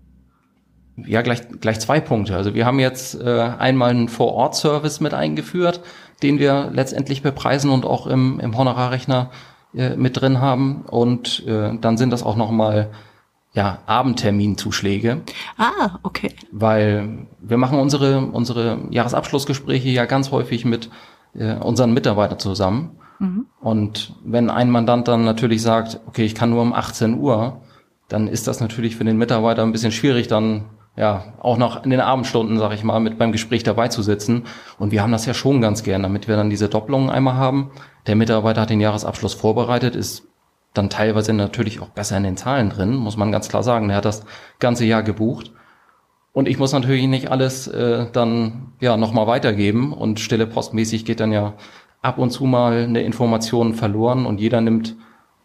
S4: Ja, gleich 2 Punkte. Also wir haben jetzt einmal einen Vor-Ort-Service mit eingeführt, den wir letztendlich bepreisen und auch im Honorarrechner mit drin haben und dann sind das auch nochmal Abendterminzuschläge.
S2: Ah, okay.
S4: Weil wir machen unsere Jahresabschlussgespräche ja ganz häufig mit unseren Mitarbeitern zusammen. Mhm. Und wenn ein Mandant dann natürlich sagt, okay, ich kann nur um 18 Uhr, dann ist das natürlich für den Mitarbeiter ein bisschen schwierig, dann auch noch in den Abendstunden, sag ich mal, mit beim Gespräch dabei zu sitzen. Und wir haben das ja schon ganz gern, damit wir dann diese Doppelungen einmal haben. Der Mitarbeiter hat den Jahresabschluss vorbereitet, ist dann teilweise natürlich auch besser in den Zahlen drin, muss man ganz klar sagen. Der hat das ganze Jahr gebucht. Und ich muss natürlich nicht alles dann nochmal weitergeben. Und stille postmäßig geht dann ja ab und zu mal eine Information verloren und jeder nimmt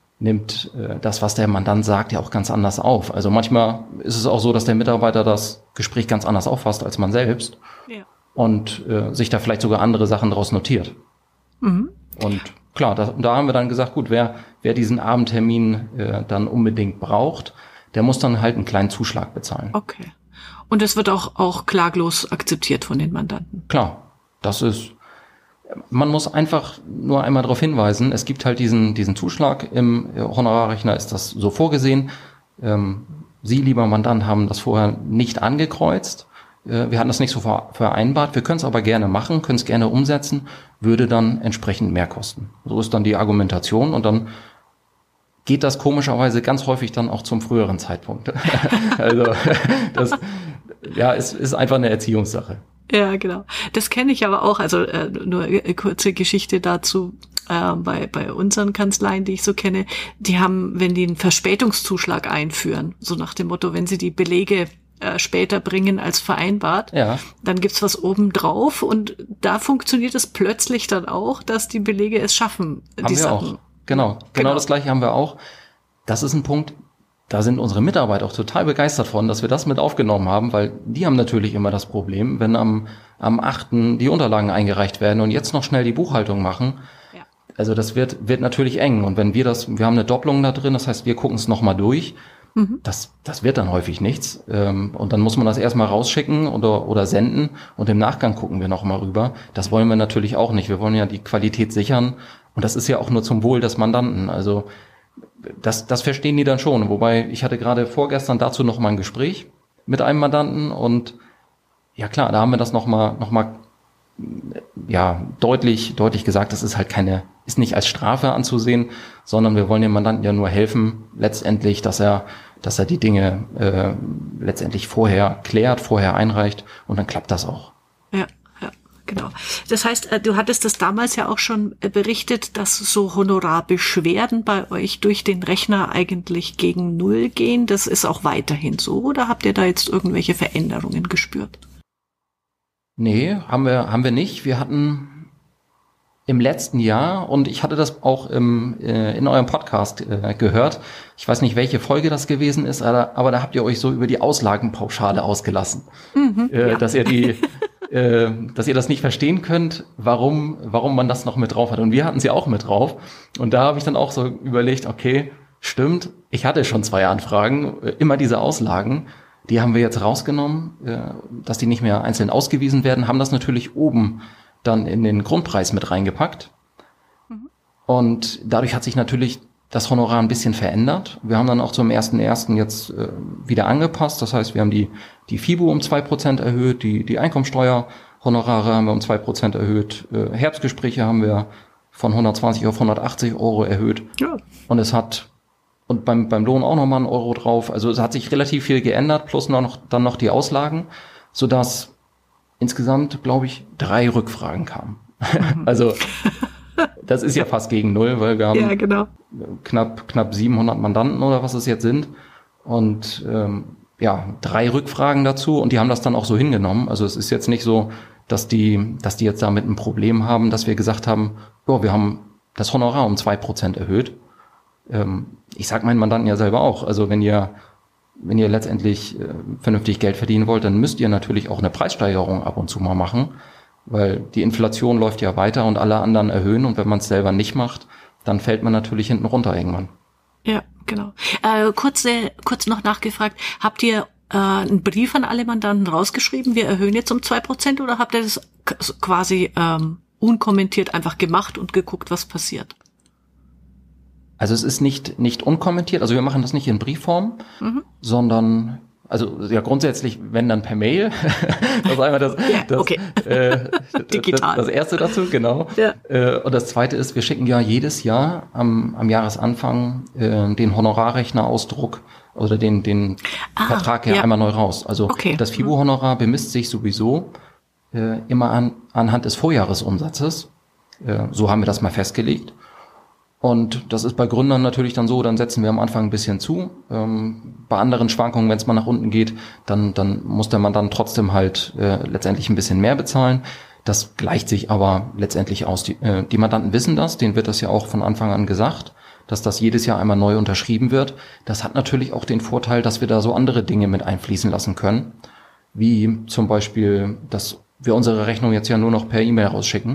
S4: das, was der Mandant sagt, ja auch ganz anders auf. Also manchmal ist es auch so, dass der Mitarbeiter das Gespräch ganz anders auffasst als man selbst und sich da vielleicht sogar andere Sachen daraus notiert. Mhm. Und klar, da haben wir dann gesagt, gut, wer diesen Abendtermin dann unbedingt braucht, der muss dann halt einen kleinen Zuschlag bezahlen.
S2: Okay. Und das wird auch klaglos akzeptiert von den Mandanten? Klar,
S4: man muss einfach nur einmal darauf hinweisen, es gibt halt diesen Zuschlag, im Honorarrechner ist das so vorgesehen. Sie, lieber Mandant, haben das vorher nicht angekreuzt. Wir hatten das nicht so vereinbart. Wir können es aber gerne machen, können es gerne umsetzen, würde dann entsprechend mehr kosten. So ist dann die Argumentation und dann geht das komischerweise ganz häufig dann auch zum früheren Zeitpunkt. Also das ist einfach eine Erziehungssache.
S2: Ja, genau. Das kenne ich aber auch. Also nur eine kurze Geschichte dazu. Bei unseren Kanzleien, die ich so kenne, die haben, wenn die einen Verspätungszuschlag einführen, so nach dem Motto, wenn sie die Belege später bringen als vereinbart, dann gibt's was oben drauf und da funktioniert es plötzlich dann auch, dass die Belege es schaffen.
S4: Haben wir auch. Genau das Gleiche haben wir auch. Das ist ein Punkt, da sind unsere Mitarbeiter auch total begeistert von, dass wir das mit aufgenommen haben, weil die haben natürlich immer das Problem, wenn am 8. die Unterlagen eingereicht werden und jetzt noch schnell die Buchhaltung machen. Ja. Also das wird natürlich eng. Und wenn wir haben eine Doppelung da drin, das heißt, wir gucken es nochmal durch. Mhm. Das wird dann häufig nichts. Und dann muss man das erstmal rausschicken oder senden und im Nachgang gucken wir nochmal rüber. Das wollen wir natürlich auch nicht. Wir wollen ja die Qualität sichern und das ist ja auch nur zum Wohl des Mandanten. Also das verstehen die dann schon. Wobei, ich hatte gerade vorgestern dazu noch mal ein Gespräch mit einem Mandanten und ja klar, da haben wir das noch mal deutlich gesagt, das ist halt ist nicht als Strafe anzusehen, sondern wir wollen dem Mandanten ja nur helfen, letztendlich, dass er die Dinge letztendlich vorher klärt, vorher einreicht und dann klappt das auch.
S2: Ja. Genau. Das heißt, du hattest das damals ja auch schon berichtet, dass so Honorarbeschwerden bei euch durch den Rechner eigentlich gegen Null gehen. Das ist auch weiterhin so, oder habt ihr da jetzt irgendwelche Veränderungen gespürt?
S4: Nee, haben wir nicht. Wir hatten im letzten Jahr, und ich hatte das auch in eurem Podcast gehört, ich weiß nicht, welche Folge das gewesen ist, aber da habt ihr euch so über die Auslagenpauschale ausgelassen. Mhm, dass ihr dass ihr das nicht verstehen könnt, warum man das noch mit drauf hat. Und wir hatten sie auch mit drauf. Und da habe ich dann auch so überlegt, okay, stimmt, ich hatte schon 2 Anfragen, immer diese Auslagen, die haben wir jetzt rausgenommen, dass die nicht mehr einzeln ausgewiesen werden, haben das natürlich oben dann in den Grundpreis mit reingepackt. Und dadurch hat sich natürlich das Honorar ein bisschen verändert. Wir haben dann auch zum 1.1. jetzt wieder angepasst. Das heißt, wir haben die FIBO um 2% erhöht, die Einkommensteuerhonorare haben wir um 2% erhöht, Herbstgespräche haben wir von 120 auf 180 Euro erhöht. Ja. Und beim Lohn auch nochmal 1 Euro drauf. Also es hat sich relativ viel geändert, plus dann noch die Auslagen, sodass insgesamt, glaube ich, 3 Rückfragen kamen. Also das ist ja fast gegen 0, weil wir haben knapp 700 Mandanten oder was es jetzt sind. Und 3 Rückfragen dazu und die haben das dann auch so hingenommen. Also es ist jetzt nicht so, dass die jetzt damit ein Problem haben, dass wir gesagt haben, wir haben das Honorar um 2% erhöht. Ich sag meinen Mandanten ja selber auch, also wenn ihr letztendlich vernünftig Geld verdienen wollt, dann müsst ihr natürlich auch eine Preissteigerung ab und zu mal machen, weil die Inflation läuft ja weiter und alle anderen erhöhen und wenn man es selber nicht macht, dann fällt man natürlich hinten runter irgendwann.
S2: Ja, genau. Kurz noch nachgefragt, habt ihr einen Brief an alle Mandanten rausgeschrieben, wir erhöhen jetzt um 2% oder habt ihr das quasi unkommentiert einfach gemacht und geguckt, was passiert?
S4: Also es ist nicht unkommentiert, also wir machen das nicht in Briefform, sondern, also ja grundsätzlich, wenn dann per Mail. Das ist einmal
S2: digital.
S4: Das erste dazu, genau. Ja. Und das zweite ist, wir schicken ja jedes Jahr am Jahresanfang den Honorarrechnerausdruck oder den Vertrag einmal neu raus. Also das FIBO-Honorar bemisst sich sowieso immer anhand des Vorjahresumsatzes. So haben wir das mal festgelegt. Und das ist bei Gründern natürlich dann so, dann setzen wir am Anfang ein bisschen zu. Bei anderen Schwankungen, wenn es mal nach unten geht, dann muss der Mandant trotzdem halt letztendlich ein bisschen mehr bezahlen. Das gleicht sich aber letztendlich aus. Die Mandanten wissen das, denen wird das ja auch von Anfang an gesagt, dass das jedes Jahr einmal neu unterschrieben wird. Das hat natürlich auch den Vorteil, dass wir da so andere Dinge mit einfließen lassen können, wie zum Beispiel, dass wir unsere Rechnung jetzt ja nur noch per E-Mail rausschicken.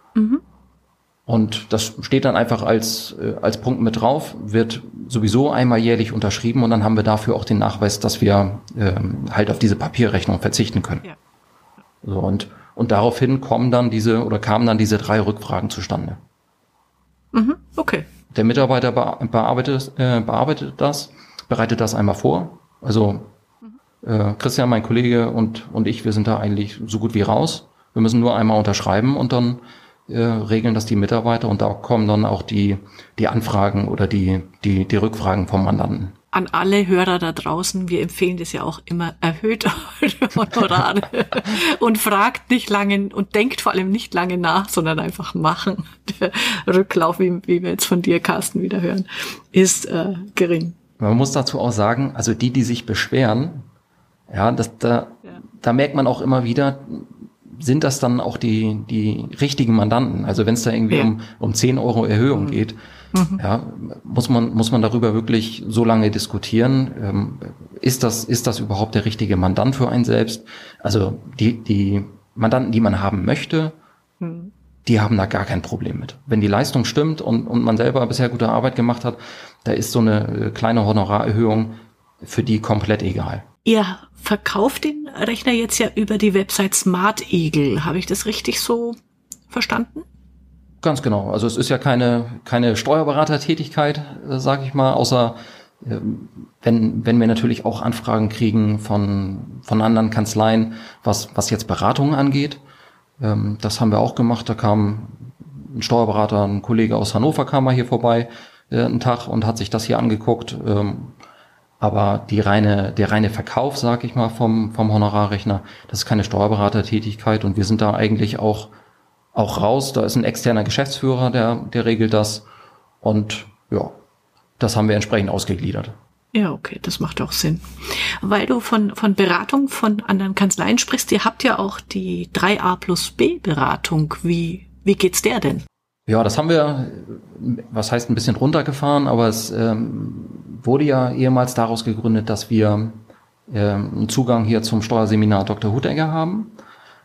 S4: Und das steht dann einfach als Punkt mit drauf, wird sowieso einmal jährlich unterschrieben und dann haben wir dafür auch den Nachweis, dass wir halt auf diese Papierrechnung verzichten können. Ja. So, und daraufhin kamen dann diese 3 Rückfragen zustande.
S2: Okay.
S4: Der Mitarbeiter bereitet das einmal vor. Also Christian, mein Kollege und ich, wir sind da eigentlich so gut wie raus. Wir müssen nur einmal unterschreiben und dann regeln das die Mitarbeiter und da kommen dann auch die Anfragen oder die Rückfragen vom Mandanten.
S2: An alle Hörer da draußen, wir empfehlen das ja auch immer, erhöht eure Honorare und fragt nicht lange und denkt vor allem nicht lange nach, sondern einfach machen. Der Rücklauf, wie wir jetzt von dir, Carsten, wieder hören, ist gering.
S4: Man muss dazu auch sagen, also die sich beschweren, da merkt man auch immer wieder, sind das dann auch die richtigen Mandanten? Also wenn es da irgendwie um 10 Euro Erhöhung geht, muss man darüber wirklich so lange diskutieren. Ist das überhaupt der richtige Mandant für einen selbst? Also die Mandanten, die man haben möchte, die haben da gar kein Problem mit. Wenn die Leistung stimmt und man selber bisher gute Arbeit gemacht hat, da ist so eine kleine Honorarerhöhung für die komplett egal.
S2: Ihr verkauft den Rechner jetzt ja über die Website Smart Eagle. Habe ich das richtig so verstanden?
S4: Ganz genau. Also es ist ja keine Steuerberatertätigkeit, sage ich mal, außer wenn wir natürlich auch Anfragen kriegen von anderen Kanzleien, was jetzt Beratungen angeht. Das haben wir auch gemacht. Da kam ein Steuerberater, ein Kollege aus Hannover kam mal hier vorbei einen Tag und hat sich das hier angeguckt. Aber der reine Verkauf, sag ich mal, vom Honorarrechner, das ist keine Steuerberatertätigkeit und wir sind da eigentlich auch raus. Da ist ein externer Geschäftsführer, der regelt das und ja, das haben wir entsprechend ausgegliedert.
S2: Ja, okay, das macht auch Sinn. Weil du von Beratung von anderen Kanzleien sprichst, ihr habt ja auch die 3A+B Beratung. Wie geht's der denn?
S4: Ja, das haben wir, was heißt ein bisschen runtergefahren, aber es wurde ja ehemals daraus gegründet, dass wir einen Zugang hier zum Steuerseminar Dr. Hutegger haben.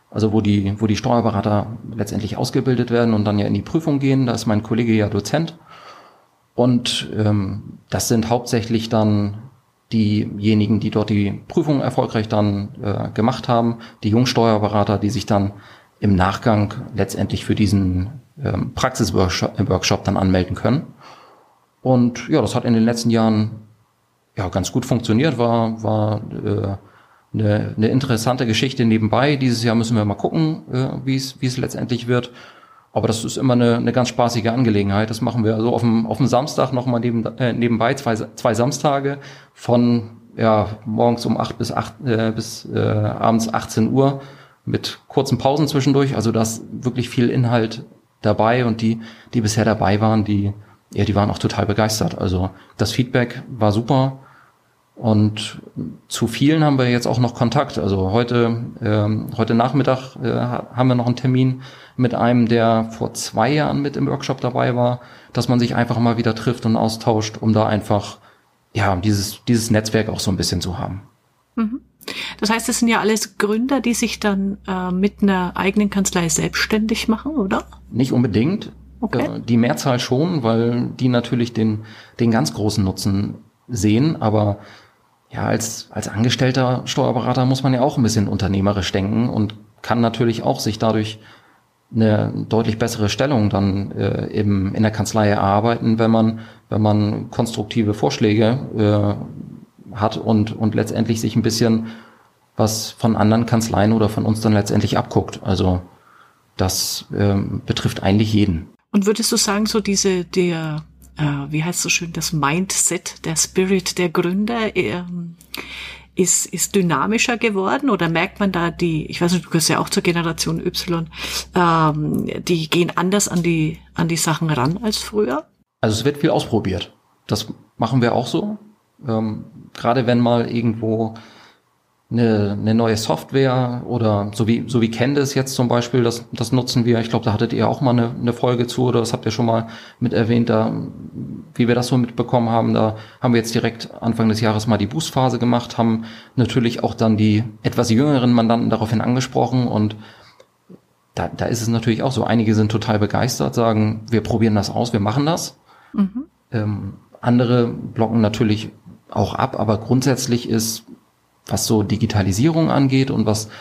S4: also wo die Steuerberater letztendlich ausgebildet werden und dann ja in die Prüfung gehen. Da ist mein Kollege ja Dozent. Und das sind hauptsächlich dann diejenigen, die dort die Prüfung erfolgreich dann gemacht haben, die Jungsteuerberater, die sich dann im Nachgang letztendlich für diesen Praxisworkshop dann anmelden können. Und ja, das hat in den letzten Jahren ja ganz gut funktioniert, war eine interessante Geschichte nebenbei. Dieses Jahr müssen wir mal gucken, wie es letztendlich wird. Aber das ist immer eine ganz spaßige Angelegenheit. Das machen wir also auf dem Samstag nochmal nebenbei, zwei Samstage von morgens um 8 bis abends 18 Uhr mit kurzen Pausen zwischendurch. Also da ist wirklich viel Inhalt dabei und die bisher dabei waren, die waren auch total begeistert. Also das Feedback war super. Und zu vielen haben wir jetzt auch noch Kontakt. Also heute Nachmittag haben wir noch einen Termin mit einem, der vor 2 Jahren mit im Workshop dabei war, dass man sich einfach mal wieder trifft und austauscht, um da einfach dieses Netzwerk auch so ein bisschen zu haben.
S2: Mhm. Das heißt, es sind ja alles Gründer, die sich dann mit einer eigenen Kanzlei selbstständig machen, oder?
S4: Nicht unbedingt.
S2: Okay.
S4: Die Mehrzahl schon, weil die natürlich den ganz großen Nutzen sehen, aber ja, als angestellter Steuerberater muss man ja auch ein bisschen unternehmerisch denken und kann natürlich auch sich dadurch eine deutlich bessere Stellung dann in der Kanzlei erarbeiten, wenn man konstruktive Vorschläge hat und letztendlich sich ein bisschen was von anderen Kanzleien oder von uns dann letztendlich abguckt. Also das betrifft eigentlich jeden.
S2: Und würdest du sagen, so wie heißt so schön, das Mindset, der Spirit der Gründer ist dynamischer geworden, oder merkt man da ich weiß nicht, du gehörst ja auch zur Generation Y, die gehen anders an die Sachen ran als früher?
S4: Also es wird viel ausprobiert. Das machen wir auch so. Gerade wenn mal irgendwo eine neue Software oder so wie Candice jetzt zum Beispiel, das nutzen wir. Ich glaube, da hattet ihr auch mal eine Folge zu, oder das habt ihr schon mal mit erwähnt, da, wie wir das so mitbekommen haben. Da haben wir jetzt direkt Anfang des Jahres mal die Boostphase gemacht, haben natürlich auch dann die etwas jüngeren Mandanten daraufhin angesprochen, und da ist es natürlich auch so. Einige sind total begeistert, sagen, wir probieren das aus, wir machen das. Mhm. Andere blocken natürlich auch ab, aber grundsätzlich ist, was so Digitalisierung angeht und was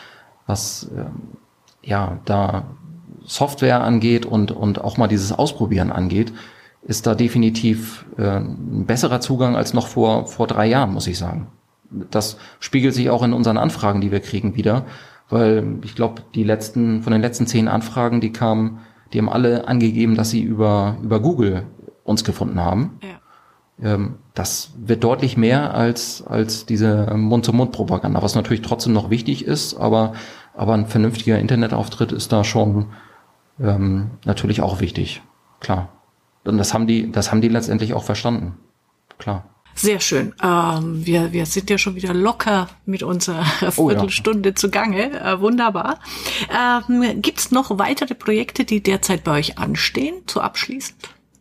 S4: da Software angeht und auch mal dieses Ausprobieren angeht, ist da definitiv ein besserer Zugang als noch vor 3 Jahren, muss ich sagen. Das spiegelt sich auch in unseren Anfragen, die wir kriegen, wieder, weil ich glaube, von den letzten 10 Anfragen, die haben alle angegeben, dass sie über Google uns gefunden haben. Ja. Das wird deutlich mehr als diese Mund-zu-Mund-Propaganda, was natürlich trotzdem noch wichtig ist, aber ein vernünftiger Internetauftritt ist da schon natürlich auch wichtig, klar. Und das haben die letztendlich auch verstanden, klar.
S2: Sehr schön. Wir sind ja schon wieder locker mit unserer Viertelstunde zugange. Wunderbar. Gibt's noch weitere Projekte, die derzeit bei euch anstehen, so abschließend?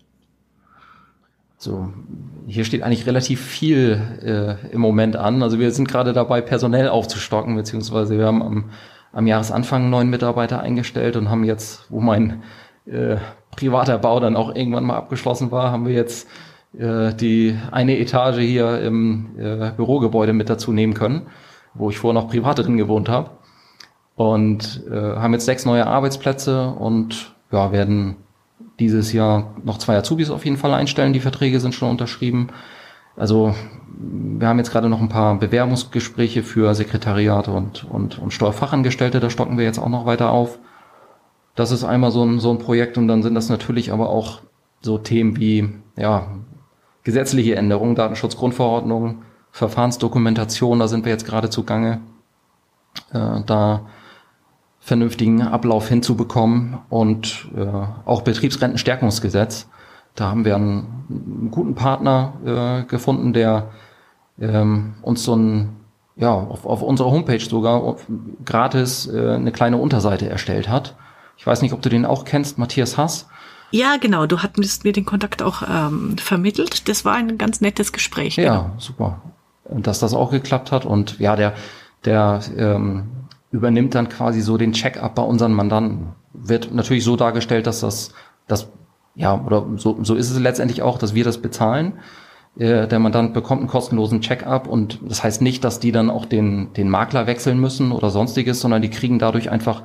S4: So, hier steht eigentlich relativ viel im Moment an. Also wir sind gerade dabei, personell aufzustocken, beziehungsweise wir haben am Jahresanfang einen neuen Mitarbeiter eingestellt und haben jetzt, wo mein privater Bau dann auch irgendwann mal abgeschlossen war, haben wir jetzt die eine Etage hier im Bürogebäude mit dazu nehmen können, wo ich vorher noch privat drin gewohnt habe. Und haben jetzt 6 neue Arbeitsplätze und werden dieses Jahr noch 2 Azubis auf jeden Fall einstellen. Die Verträge sind schon unterschrieben. Also wir haben jetzt gerade noch ein paar Bewerbungsgespräche für Sekretariate und Steuerfachangestellte. Da stocken wir jetzt auch noch weiter auf. Das ist einmal so ein Projekt, und dann sind das natürlich aber auch so Themen wie gesetzliche Änderungen, Datenschutzgrundverordnung, Verfahrensdokumentation. Da sind wir jetzt gerade zugange, da vernünftigen Ablauf hinzubekommen, und auch Betriebsrentenstärkungsgesetz. Da haben wir einen guten Partner gefunden, der uns auf unserer Homepage sogar gratis eine kleine Unterseite erstellt hat. Ich weiß nicht, ob du den auch kennst, Matthias Hass.
S2: Ja, genau. Du hattest mir den Kontakt auch vermittelt. Das war ein ganz nettes Gespräch.
S4: Ja,
S2: genau.
S4: Super. Dass das auch geklappt hat. Und ja, der übernimmt dann quasi so den Check-up bei unseren Mandanten. Wird natürlich so dargestellt, dass oder so ist es letztendlich auch, dass wir das bezahlen. Der Mandant bekommt einen kostenlosen Check-up und das heißt nicht, dass die dann auch den Makler wechseln müssen oder sonstiges, sondern die kriegen dadurch einfach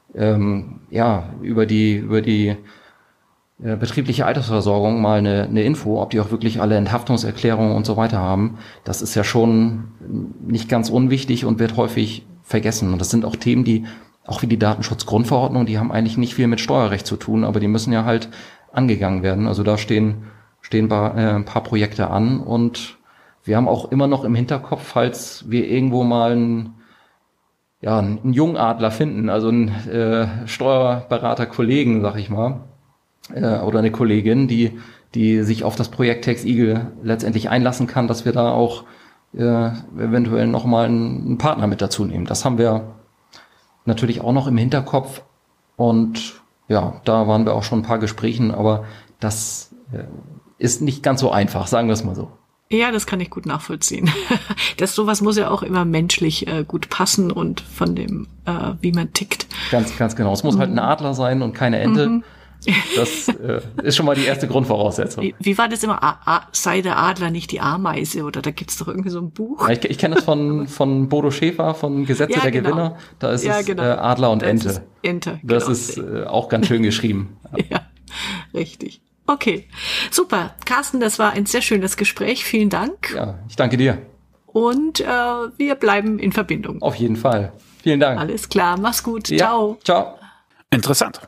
S4: über die betriebliche Altersversorgung mal eine Info, ob die auch wirklich alle Enthaftungserklärungen und so weiter haben. Das ist ja schon nicht ganz unwichtig und wird häufig vergessen. Und das sind auch Themen, die, auch wie die Datenschutzgrundverordnung, die haben eigentlich nicht viel mit Steuerrecht zu tun, aber die müssen ja halt angegangen werden. Also da stehen ein paar Projekte an und wir haben auch immer noch im Hinterkopf, falls wir irgendwo mal einen Jungadler finden, also einen Steuerberater-Kollegen, sag ich mal, oder eine Kollegin, die sich auf das Projekt TaxEagle letztendlich einlassen kann, dass wir da auch eventuell nochmal einen Partner mit dazu nehmen. Das haben wir natürlich auch noch im Hinterkopf und ja, da waren wir auch schon ein paar Gesprächen, aber das ist nicht ganz so einfach, sagen wir es mal so.
S2: Ja, das kann ich gut nachvollziehen. Sowas muss ja auch immer menschlich gut passen und von dem, wie man tickt.
S4: Ganz, ganz genau. Es muss halt ein Adler sein und keine Ente. Mhm. Das ist schon mal die erste Grundvoraussetzung.
S2: Wie war das immer? Sei der Adler nicht die Ameise, oder da gibt's doch irgendwie so ein Buch.
S4: Ja, ich kenne das von Bodo Schäfer, von Gesetze der Gewinner. Da ist es Adler und Ente.
S2: Ente.
S4: Das ist auch ganz schön geschrieben.
S2: Ja, richtig. Okay, super. Carsten, das war ein sehr schönes Gespräch. Vielen Dank.
S4: Ja, ich danke dir.
S2: Und wir bleiben in Verbindung.
S4: Auf jeden Fall. Vielen Dank.
S2: Alles klar, mach's gut.
S4: Ja.
S2: Ciao.
S4: Ciao.
S1: Interessant.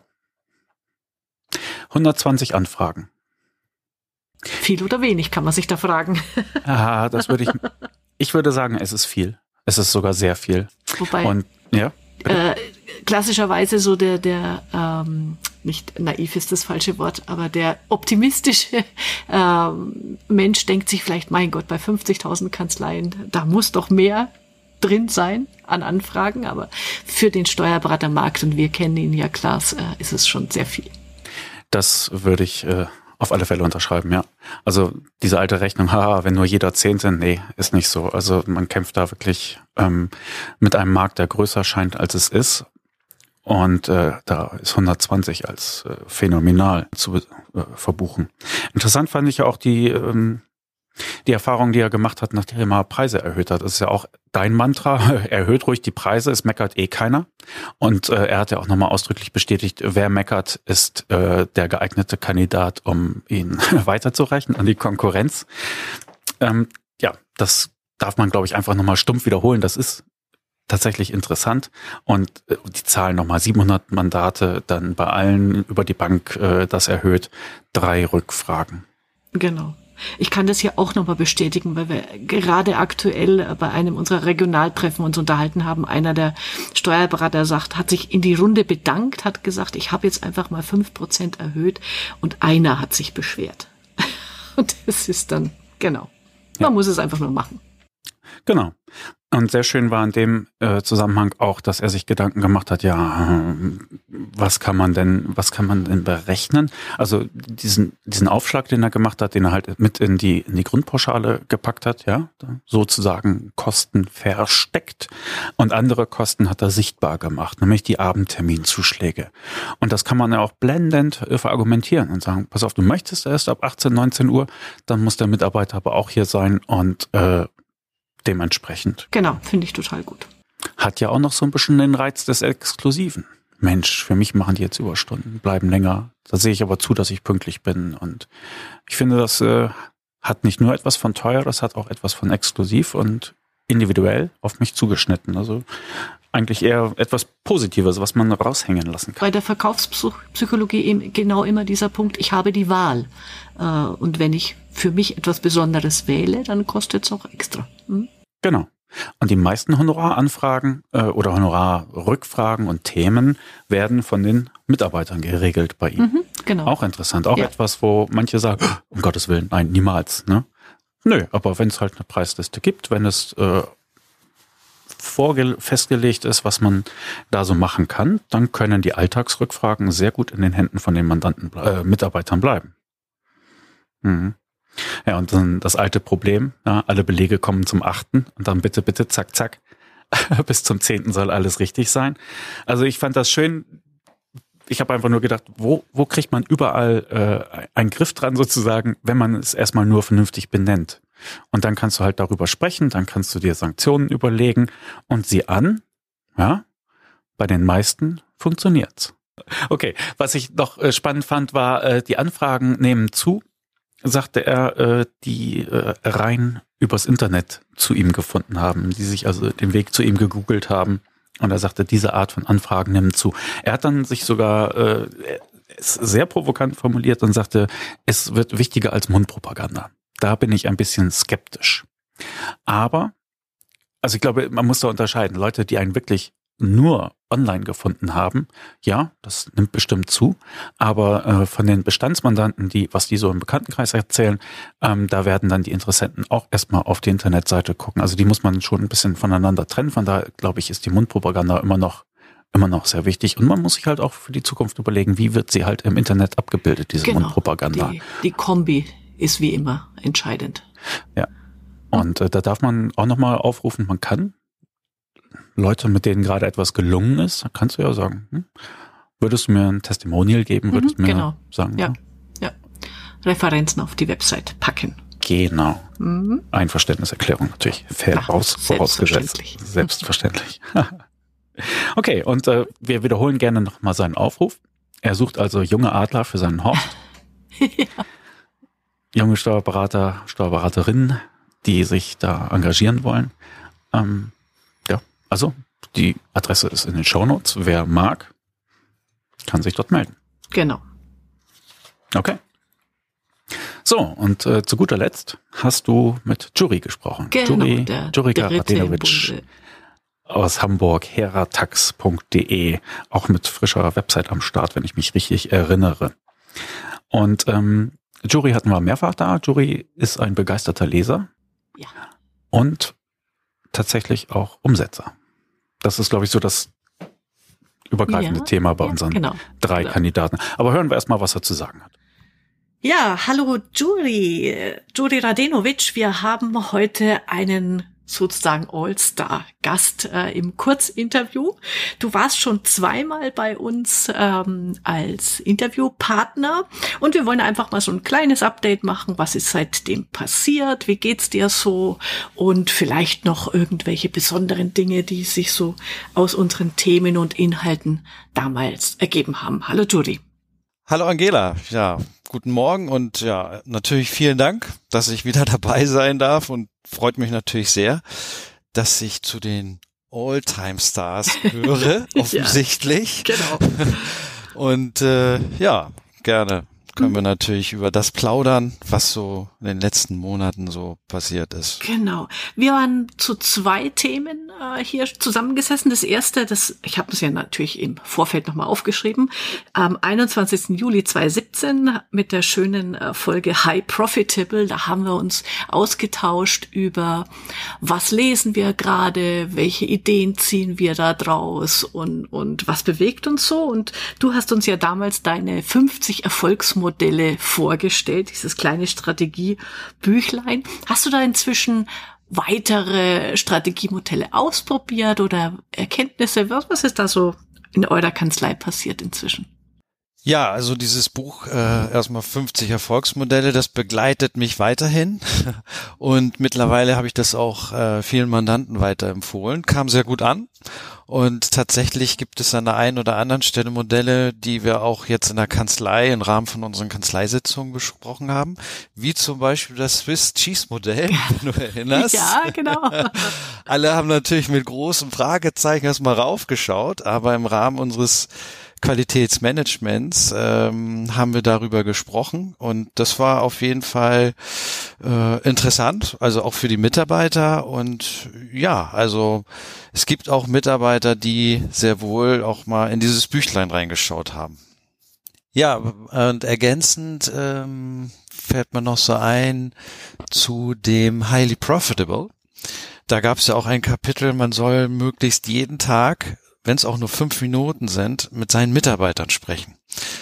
S1: 120 Anfragen.
S2: Viel oder wenig, kann man sich da fragen.
S1: Ja, ich würde sagen, es ist viel. Es ist sogar sehr viel.
S2: Wobei,
S1: und ja,
S2: klassischerweise so der nicht naiv ist das falsche Wort, aber der optimistische Mensch denkt sich vielleicht, mein Gott, bei 50.000 Kanzleien, da muss doch mehr drin sein an Anfragen, aber für den Steuerberatermarkt, und wir kennen ihn ja, Klaas, ist es schon sehr viel.
S1: Das würde ich auf alle Fälle unterschreiben, ja. Also diese alte Rechnung, wenn nur jeder 10. Nee, ist nicht so. Also man kämpft da wirklich mit einem Markt, der größer scheint, als es ist. Und da ist 120 als phänomenal zu verbuchen. Interessant fand ich ja auch die Erfahrung, die er gemacht hat, nachdem er mal Preise erhöht hat. Das ist ja auch dein Mantra, erhöht ruhig die Preise, es meckert eh keiner. Und er hat ja auch nochmal ausdrücklich bestätigt, wer meckert, ist der geeignete Kandidat, um ihn weiterzureichen an die Konkurrenz. Das darf man, glaube ich, einfach nochmal stumpf wiederholen. Das ist tatsächlich interessant. Und die Zahlen nochmal 700 Mandate, dann bei allen über die Bank das erhöht, 3 Rückfragen.
S2: Genau. Ich kann das hier auch nochmal bestätigen, weil wir gerade aktuell bei einem unserer Regionaltreffen uns unterhalten haben. Einer der Steuerberater hat sich in die Runde bedankt, hat gesagt, ich habe jetzt einfach mal 5% erhöht, und einer hat sich beschwert. Und das ist dann, genau. Man muss es einfach nur machen.
S1: Genau. Und sehr schön war in dem Zusammenhang auch, dass er sich Gedanken gemacht hat, was kann man denn berechnen? Also diesen Aufschlag, den er gemacht hat, den er halt mit in die Grundpauschale gepackt hat, ja, sozusagen Kosten versteckt, und andere Kosten hat er sichtbar gemacht, nämlich die Abendterminzuschläge. Und das kann man ja auch blendend verargumentieren und sagen, pass auf, du möchtest erst ab 18, 19 Uhr, dann muss der Mitarbeiter aber auch hier sein und dementsprechend.
S2: Genau, finde ich total gut.
S1: Hat ja auch noch so ein bisschen den Reiz des Exklusiven. Mensch, für mich machen die jetzt Überstunden, bleiben länger. Da sehe ich aber zu, dass ich pünktlich bin. Und ich finde, das hat nicht nur etwas von teuer, das hat auch etwas von exklusiv und individuell auf mich zugeschnitten. Also eigentlich eher etwas Positives, was man raushängen lassen kann.
S2: Bei der Verkaufspsychologie eben genau immer dieser Punkt, ich habe die Wahl. Und wenn ich für mich etwas Besonderes wähle, dann kostet es auch extra.
S1: Genau. Und die meisten Honoraranfragen oder Honorarrückfragen und Themen werden von den Mitarbeitern geregelt bei ihm.
S2: Genau.
S1: Auch interessant. Auch etwas, wo manche sagen, um Gottes Willen, nein, niemals. Ne? Nö, aber wenn es halt eine Preisliste gibt, wenn es festgelegt ist, was man da so machen kann, dann können die Alltagsrückfragen sehr gut in den Händen von den Mitarbeitern bleiben. Mhm. Ja, und dann das alte Problem, alle Belege kommen zum 8. und dann bitte, zack, zack. bis zum 10. soll alles richtig sein. Also ich fand das schön. Ich habe einfach nur gedacht, wo kriegt man überall einen Griff dran sozusagen, wenn man es erstmal nur vernünftig benennt. Und dann kannst du halt darüber sprechen, dann kannst du dir Sanktionen überlegen und sieh an, ja, bei den meisten funktioniert's. Okay, was ich noch spannend fand, war, die Anfragen nehmen zu, sagte er, die rein übers Internet zu ihm gefunden haben, die sich also den Weg zu ihm gegoogelt haben. Und er sagte, diese Art von Anfragen nimmt zu. Er hat dann sich sogar sehr provokant formuliert und sagte, es wird wichtiger als Mundpropaganda. Da bin ich ein bisschen skeptisch. Aber, also ich glaube, man muss da unterscheiden. Leute, die einen wirklich nur online gefunden haben, ja, das nimmt bestimmt zu. Aber von den Bestandsmandanten, was die so im Bekanntenkreis erzählen, da werden dann die Interessenten auch erstmal auf die Internetseite gucken. Also die muss man schon ein bisschen voneinander trennen. Von daher, glaube ich, ist die Mundpropaganda immer noch sehr wichtig. Und man muss sich halt auch für die Zukunft überlegen, wie wird sie halt im Internet abgebildet, diese Mundpropaganda.
S2: Die Kombi ist wie immer entscheidend.
S1: Ja. Und da darf man auch nochmal aufrufen, man kann Leute, mit denen gerade etwas gelungen ist, kannst du ja sagen, würdest du mir ein Testimonial geben, würdest du mir sagen.
S2: Ja. Referenzen auf die Website packen.
S1: Genau. Einverständniserklärung natürlich. Vorausgesetzt. Selbstverständlich. Okay, und wir wiederholen gerne nochmal seinen Aufruf. Er sucht also junge Adler für seinen Horst. Ja. Junge Steuerberater, Steuerberaterinnen, die sich da engagieren wollen. Also, die Adresse ist in den Shownotes. Wer mag, kann sich dort melden.
S2: Genau.
S1: Okay. So, und zu guter Letzt hast du mit Juri gesprochen.
S2: Genau,
S1: Jurika Radenovic aus Hamburg, heratax.de, auch mit frischer Website am Start, wenn ich mich richtig erinnere. Und Juri hatten wir mehrfach da. Juri ist ein begeisterter Leser.
S2: Ja.
S1: Und tatsächlich auch Umsetzer. Das ist, glaube ich, so das übergreifende Thema bei unseren drei Kandidaten. Aber hören wir erstmal, was er zu sagen hat.
S2: Ja, hallo Juri Radenovic. Wir haben heute einen sozusagen All-Star-Gast im Kurzinterview. Du warst schon zweimal bei uns als Interviewpartner und wir wollen einfach mal so ein kleines Update machen. Was ist seitdem passiert? Wie geht's dir so? Und vielleicht noch irgendwelche besonderen Dinge, die sich so aus unseren Themen und Inhalten damals ergeben haben. Hallo Juri.
S5: Hallo Angela, ja, guten Morgen und ja, natürlich vielen Dank, dass ich wieder dabei sein darf und freut mich natürlich sehr, dass ich zu den All-Time-Stars gehöre, offensichtlich.
S2: Ja, genau.
S5: Und ja, gerne können wir natürlich über das plaudern, was so in den letzten Monaten so passiert ist.
S2: Genau. Wir waren zu zwei Themen hier zusammengesessen. Das erste, ich habe es ja natürlich im Vorfeld nochmal aufgeschrieben, am 21. Juli 2017 mit der schönen Folge High Profitable. Da haben wir uns ausgetauscht über, was lesen wir gerade, welche Ideen ziehen wir da draus und was bewegt uns so. Und du hast uns ja damals deine 50 Erfolgsmodelle vorgestellt, dieses kleine Strategiebüchlein. Hast du da inzwischen weitere Strategiemodelle ausprobiert oder Erkenntnisse? Was ist da so in eurer Kanzlei passiert inzwischen?
S5: Ja, also dieses Buch, erstmal 50 Erfolgsmodelle, das begleitet mich weiterhin und mittlerweile habe ich das auch vielen Mandanten weiterempfohlen, kam sehr gut an und tatsächlich gibt es an der einen oder anderen Stelle Modelle, die wir auch jetzt in der Kanzlei im Rahmen von unseren Kanzleisitzungen besprochen haben, wie zum Beispiel das Swiss Cheese Modell, wenn du erinnerst.
S2: Ja, genau.
S5: Alle haben natürlich mit großen Fragezeichen erstmal raufgeschaut, aber im Rahmen unseres Qualitätsmanagements haben wir darüber gesprochen und das war auf jeden Fall interessant, also auch für die Mitarbeiter und ja, also es gibt auch Mitarbeiter, die sehr wohl auch mal in dieses Büchlein reingeschaut haben. Ja, und ergänzend fällt mir noch so ein zu dem Highly Profitable. Da gab es ja auch ein Kapitel, man soll möglichst jeden Tag, wenn es auch nur 5 Minuten sind, mit seinen Mitarbeitern sprechen.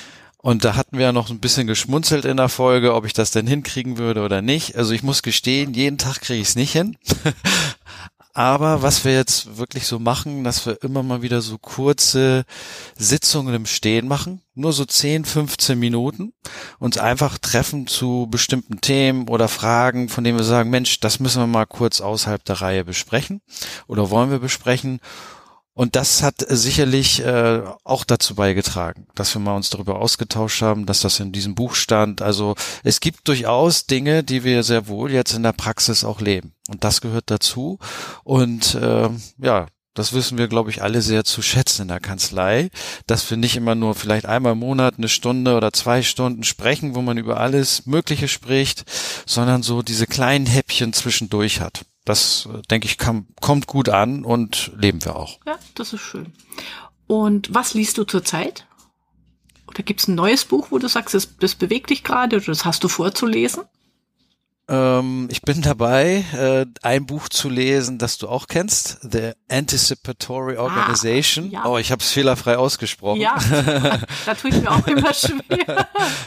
S5: Und da hatten wir ja noch ein bisschen geschmunzelt in der Folge, ob ich das denn hinkriegen würde oder nicht. Also ich muss gestehen, jeden Tag kriege ich es nicht hin. Aber was wir jetzt wirklich so machen, dass wir immer mal wieder so kurze Sitzungen im Stehen machen, nur so 10, 15 Minuten, uns einfach treffen zu bestimmten Themen oder Fragen, von denen wir sagen, Mensch, das müssen wir mal kurz außerhalb der Reihe besprechen oder wollen wir besprechen. Und das hat sicherlich auch dazu beigetragen, dass wir mal uns darüber ausgetauscht haben, dass das in diesem Buch stand. Also es gibt durchaus Dinge, die wir sehr wohl jetzt in der Praxis auch leben. Und das gehört dazu. Und das wissen wir, glaube ich, alle sehr zu schätzen in der Kanzlei, dass wir nicht immer nur vielleicht einmal im Monat 1 Stunde oder 2 Stunden sprechen, wo man über alles Mögliche spricht, sondern so diese kleinen Häppchen zwischendurch hat. Das, denke ich, kommt gut an und leben wir auch.
S2: Ja, das ist schön. Und was liest du zurzeit? Oder gibt's ein neues Buch, wo du sagst, das bewegt dich gerade oder das hast du vorzulesen?
S5: Ich bin dabei, ein Buch zu lesen, das du auch kennst, The Anticipatory Organization.
S2: Ja.
S5: Oh, ich habe es fehlerfrei ausgesprochen.
S2: Ja, da tue ich mir auch immer schwer.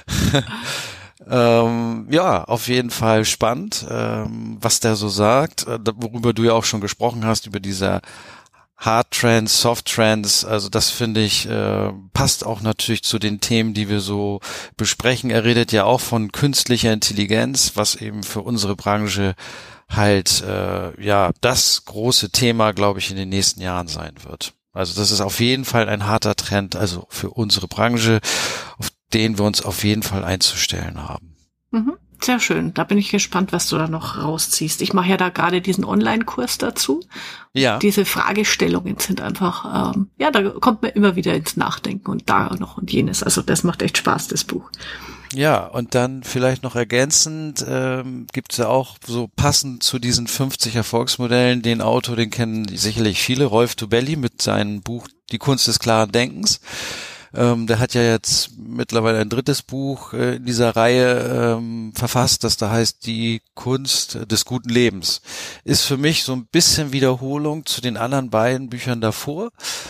S5: Auf jeden Fall spannend, was der so sagt, worüber du ja auch schon gesprochen hast, über diese Hard Trends, Soft Trends, also das finde ich, passt auch natürlich zu den Themen, die wir so besprechen. Er redet ja auch von künstlicher Intelligenz, was eben für unsere Branche halt, das große Thema, glaube ich, in den nächsten Jahren sein wird. Also das ist auf jeden Fall ein harter Trend, also für unsere Branche, auf den wir uns auf jeden Fall einzustellen haben.
S2: Sehr schön. Da bin ich gespannt, was du da noch rausziehst. Ich mache ja da gerade diesen Online-Kurs dazu.
S5: Ja.
S2: Diese Fragestellungen sind einfach, da kommt man immer wieder ins Nachdenken und da noch und jenes. Also das macht echt Spaß, das Buch.
S5: Ja, und dann vielleicht noch ergänzend gibt's ja auch so passend zu diesen 50 Erfolgsmodellen den Autor, den kennen sicherlich viele, Rolf Dobelli mit seinem Buch Die Kunst des klaren Denkens. Der hat ja jetzt mittlerweile ein 3. Buch in dieser Reihe verfasst, das da heißt Die Kunst des guten Lebens. Ist für mich so ein bisschen Wiederholung zu den anderen beiden Büchern davor.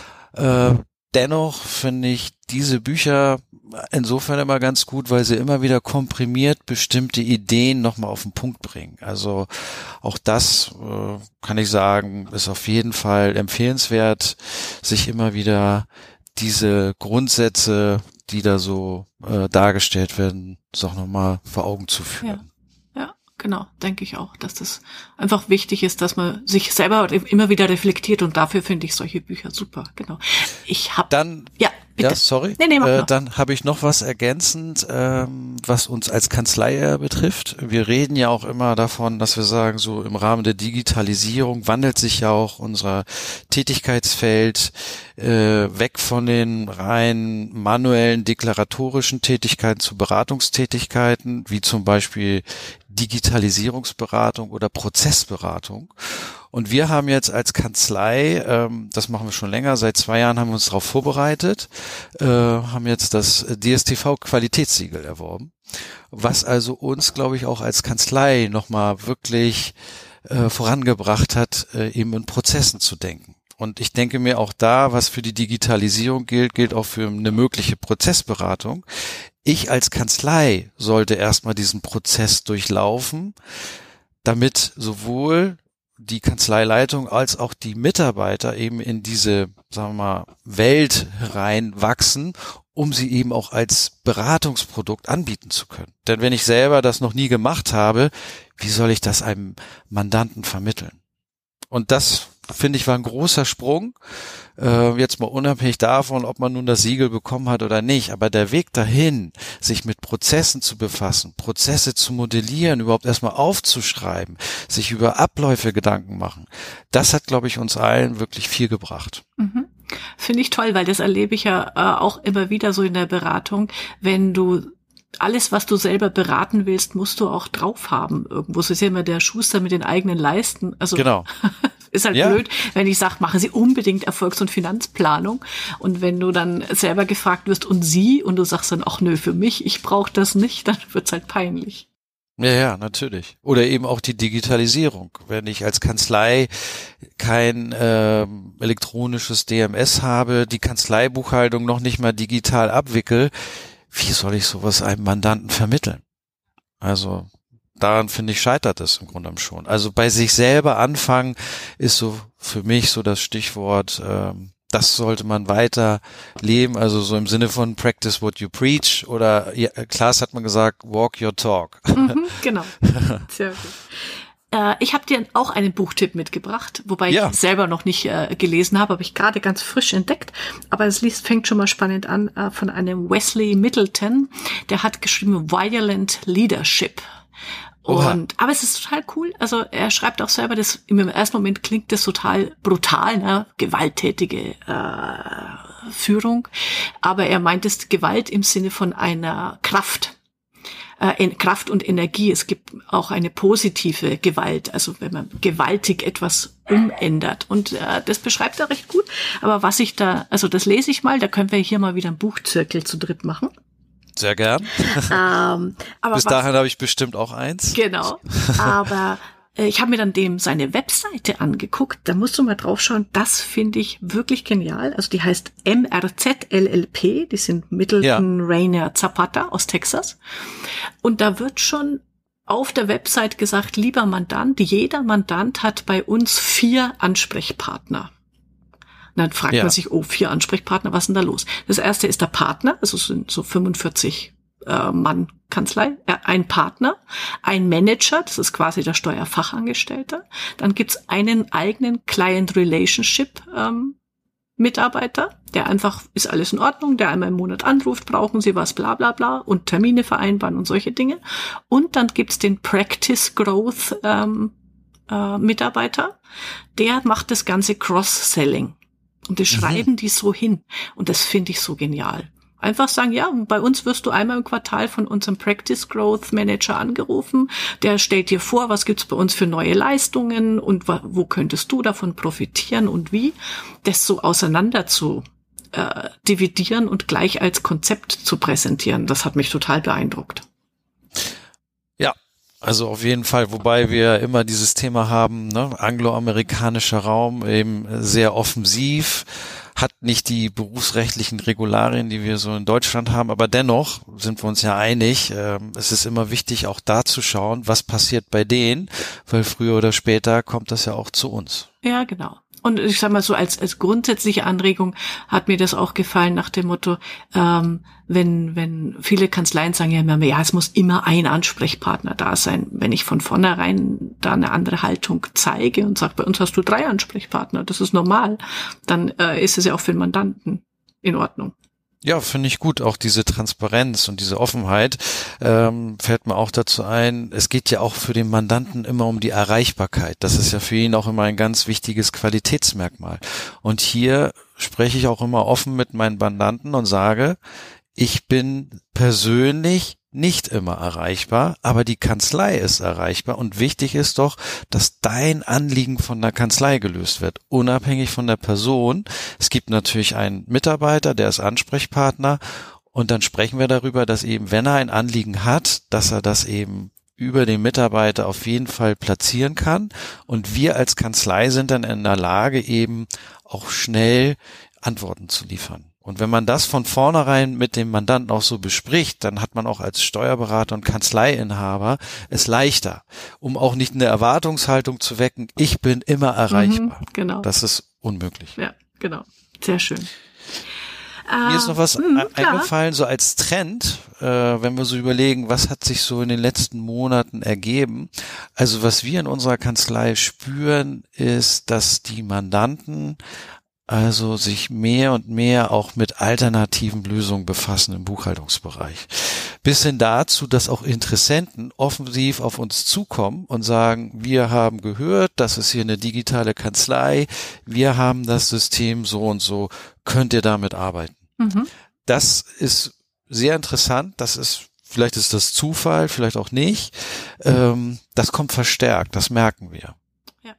S5: Dennoch finde ich diese Bücher insofern immer ganz gut, weil sie immer wieder komprimiert bestimmte Ideen nochmal auf den Punkt bringen. Also auch das, kann ich sagen, ist auf jeden Fall empfehlenswert, sich immer wieder diese Grundsätze, die da so dargestellt werden, auch nochmal vor Augen zu führen.
S2: Ja, genau, denke ich auch, dass das einfach wichtig ist, dass man sich selber immer wieder reflektiert und dafür finde ich solche Bücher super, genau. Ich habe
S5: dann
S2: ja, bitte.
S5: Ja, sorry.
S2: Nee, mach noch.
S5: Dann habe ich noch was ergänzend, was uns als Kanzlei betrifft. Wir reden ja auch immer davon, dass wir sagen, so im Rahmen der Digitalisierung wandelt sich ja auch unser Tätigkeitsfeld weg von den rein manuellen, deklaratorischen Tätigkeiten zu Beratungstätigkeiten, wie zum Beispiel Digitalisierungsberatung oder Prozessberatung. Und wir haben jetzt als Kanzlei, das machen wir schon länger, seit 2 Jahren haben wir uns darauf vorbereitet, haben jetzt das DSTV-Qualitätssiegel erworben, was also uns, glaube ich, auch als Kanzlei nochmal wirklich vorangebracht hat, eben in Prozessen zu denken. Und ich denke mir auch da, was für die Digitalisierung gilt auch für eine mögliche Prozessberatung. Ich als Kanzlei sollte erstmal diesen Prozess durchlaufen, damit sowohl die Kanzleileitung als auch die Mitarbeiter eben in diese, sagen wir mal, Welt reinwachsen, um sie eben auch als Beratungsprodukt anbieten zu können. Denn wenn ich selber das noch nie gemacht habe, wie soll ich das einem Mandanten vermitteln? Und das, finde ich, war ein großer Sprung. Jetzt mal unabhängig davon, ob man nun das Siegel bekommen hat oder nicht. Aber der Weg dahin, sich mit Prozessen zu befassen, Prozesse zu modellieren, überhaupt erstmal aufzuschreiben, sich über Abläufe Gedanken machen, das hat, glaube ich, uns allen wirklich viel gebracht.
S2: Mhm. Finde ich toll, weil das erlebe ich ja auch immer wieder so in der Beratung, wenn du alles, was du selber beraten willst, musst du auch drauf haben irgendwo. So ist ja immer der Schuster mit den eigenen Leisten. Also
S5: genau.
S2: Ist halt blöd, wenn ich sage, machen Sie unbedingt Erfolgs- und Finanzplanung. Und wenn du dann selber gefragt wirst und Sie und du sagst dann, ach nö, für mich, ich brauche das nicht, dann wird's halt peinlich.
S5: Ja, natürlich. Oder eben auch die Digitalisierung. Wenn ich als Kanzlei kein elektronisches DMS habe, die Kanzleibuchhaltung noch nicht mal digital abwickel, wie soll ich sowas einem Mandanten vermitteln? Also daran, finde ich, scheitert es im Grunde schon. Also bei sich selber anfangen ist so für mich so das Stichwort, das sollte man weiter leben, also so im Sinne von practice what you preach oder Klaas hat mal gesagt, walk your talk.
S2: Genau, sehr gut. Ich habe dir auch einen Buchtipp mitgebracht, wobei ich selber noch nicht gelesen habe ich gerade ganz frisch entdeckt. Aber es fängt schon mal spannend an, von einem Wesley Middleton. Der hat geschrieben Violent Leadership. Aber es ist total cool. Also er schreibt auch selber, dass im ersten Moment klingt das total brutal, ne? Gewalttätige Führung. Aber er meint es Gewalt im Sinne von einer Kraft und Energie. Es gibt auch eine positive Gewalt, also wenn man gewaltig etwas umändert. Und das beschreibt er recht gut. Aber was ich also das lese ich mal, da können wir hier mal wieder einen Buchzirkel zu dritt machen.
S5: Sehr gern.
S2: Aber
S5: bis dahin habe ich bestimmt auch eins.
S2: Genau. Aber ich habe mir dann seine Webseite angeguckt. Da musst du mal drauf schauen. Das finde ich wirklich genial. Also die heißt MRZ LLP. Die sind Middleton Rainer Zapata aus Texas. Und da wird schon auf der Website gesagt, lieber Mandant, jeder Mandant hat bei uns 4 Ansprechpartner. Und dann fragt man sich, 4 Ansprechpartner, was ist denn da los? Das erste ist der Partner, also es sind so 45 Mann Kanzlei, ein Partner, ein Manager, das ist quasi der Steuerfachangestellte. Dann gibt's einen eigenen Client Relationship Mitarbeiter, der einfach, ist alles in Ordnung, der einmal im Monat anruft, brauchen Sie was, bla bla bla, und Termine vereinbaren und solche Dinge. Und dann gibt's den Practice Growth Mitarbeiter, der macht das ganze Cross-Selling. Und das schreiben die so hin. Und das finde ich so genial. Einfach sagen, ja, bei uns wirst du einmal im Quartal von unserem Practice Growth Manager angerufen. Der stellt dir vor, was gibt's bei uns für neue Leistungen und wo könntest du davon profitieren und wie. Das so auseinander zu dividieren und gleich als Konzept zu präsentieren, das hat mich total beeindruckt.
S5: Ja, also auf jeden Fall, wobei wir immer dieses Thema haben, ne, angloamerikanischer Raum, eben sehr offensiv, hat nicht die berufsrechtlichen Regularien, die wir so in Deutschland haben, aber dennoch sind wir uns ja einig, es ist immer wichtig, auch da zu schauen, was passiert bei denen, weil früher oder später kommt das ja auch zu uns.
S2: Ja, genau. Und ich sag mal so, als grundsätzliche Anregung hat mir das auch gefallen nach dem Motto, wenn viele Kanzleien sagen ja, es muss immer ein Ansprechpartner da sein. Wenn ich von vornherein da eine andere Haltung zeige und sage, bei uns hast du 3 Ansprechpartner, das ist normal, dann ist es ja auch für den Mandanten in Ordnung.
S5: Ja, finde ich gut. Auch diese Transparenz und diese Offenheit fällt mir auch dazu ein. Es geht ja auch für den Mandanten immer um die Erreichbarkeit. Das ist ja für ihn auch immer ein ganz wichtiges Qualitätsmerkmal. Und hier spreche ich auch immer offen mit meinen Mandanten und sage, ich bin persönlich nicht immer erreichbar, aber die Kanzlei ist erreichbar und wichtig ist doch, dass dein Anliegen von der Kanzlei gelöst wird, unabhängig von der Person. Es gibt natürlich einen Mitarbeiter, der ist Ansprechpartner und dann sprechen wir darüber, dass eben, wenn er ein Anliegen hat, dass er das eben über den Mitarbeiter auf jeden Fall platzieren kann und wir als Kanzlei sind dann in der Lage, eben auch schnell Antworten zu liefern. Und wenn man das von vornherein mit dem Mandanten auch so bespricht, dann hat man auch als Steuerberater und Kanzleiinhaber es leichter, um auch nicht eine Erwartungshaltung zu wecken, ich bin immer erreichbar.
S2: Genau.
S5: Das ist unmöglich.
S2: Ja, genau. Sehr schön.
S5: Mir ist noch was eingefallen, so als Trend, wenn wir so überlegen, was hat sich so in den letzten Monaten ergeben. Also was wir in unserer Kanzlei spüren, ist, dass die Mandanten also sich mehr und mehr auch mit alternativen Lösungen befassen im Buchhaltungsbereich. Bis hin dazu, dass auch Interessenten offensiv auf uns zukommen und sagen, wir haben gehört, das ist hier eine digitale Kanzlei, wir haben das System so und so, könnt ihr damit arbeiten? Mhm. Das ist sehr interessant, vielleicht ist das Zufall, vielleicht auch nicht. Das kommt verstärkt, das merken wir.
S2: Ja.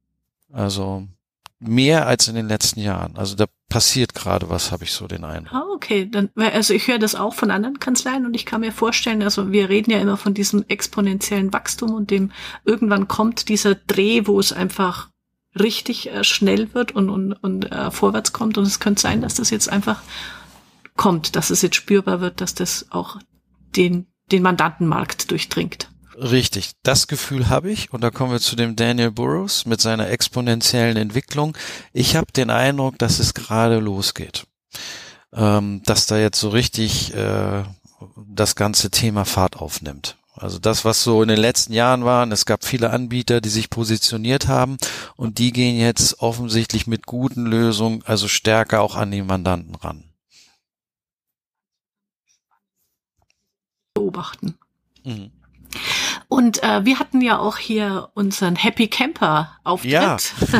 S5: Also mehr als in den letzten Jahren. Also da passiert gerade was, habe ich so den Eindruck.
S2: Okay. Also ich höre das auch von anderen Kanzleien und ich kann mir vorstellen, also wir reden ja immer von diesem exponentiellen Wachstum und irgendwann kommt dieser Dreh, wo es einfach richtig schnell wird und vorwärts kommt und es könnte sein, dass das jetzt einfach kommt, dass es jetzt spürbar wird, dass das auch den Mandantenmarkt durchdringt.
S5: Richtig, das Gefühl habe ich und da kommen wir zu dem Daniel Burrus mit seiner exponentiellen Entwicklung. Ich habe den Eindruck, dass es gerade losgeht, dass da jetzt so richtig das ganze Thema Fahrt aufnimmt. Also das, was so in den letzten Jahren waren, es gab viele Anbieter, die sich positioniert haben und die gehen jetzt offensichtlich mit guten Lösungen, also stärker auch an die Mandanten ran.
S2: Beobachten. Mhm. Und wir hatten ja auch hier unseren Happy Camper Auftritt.
S5: Ja.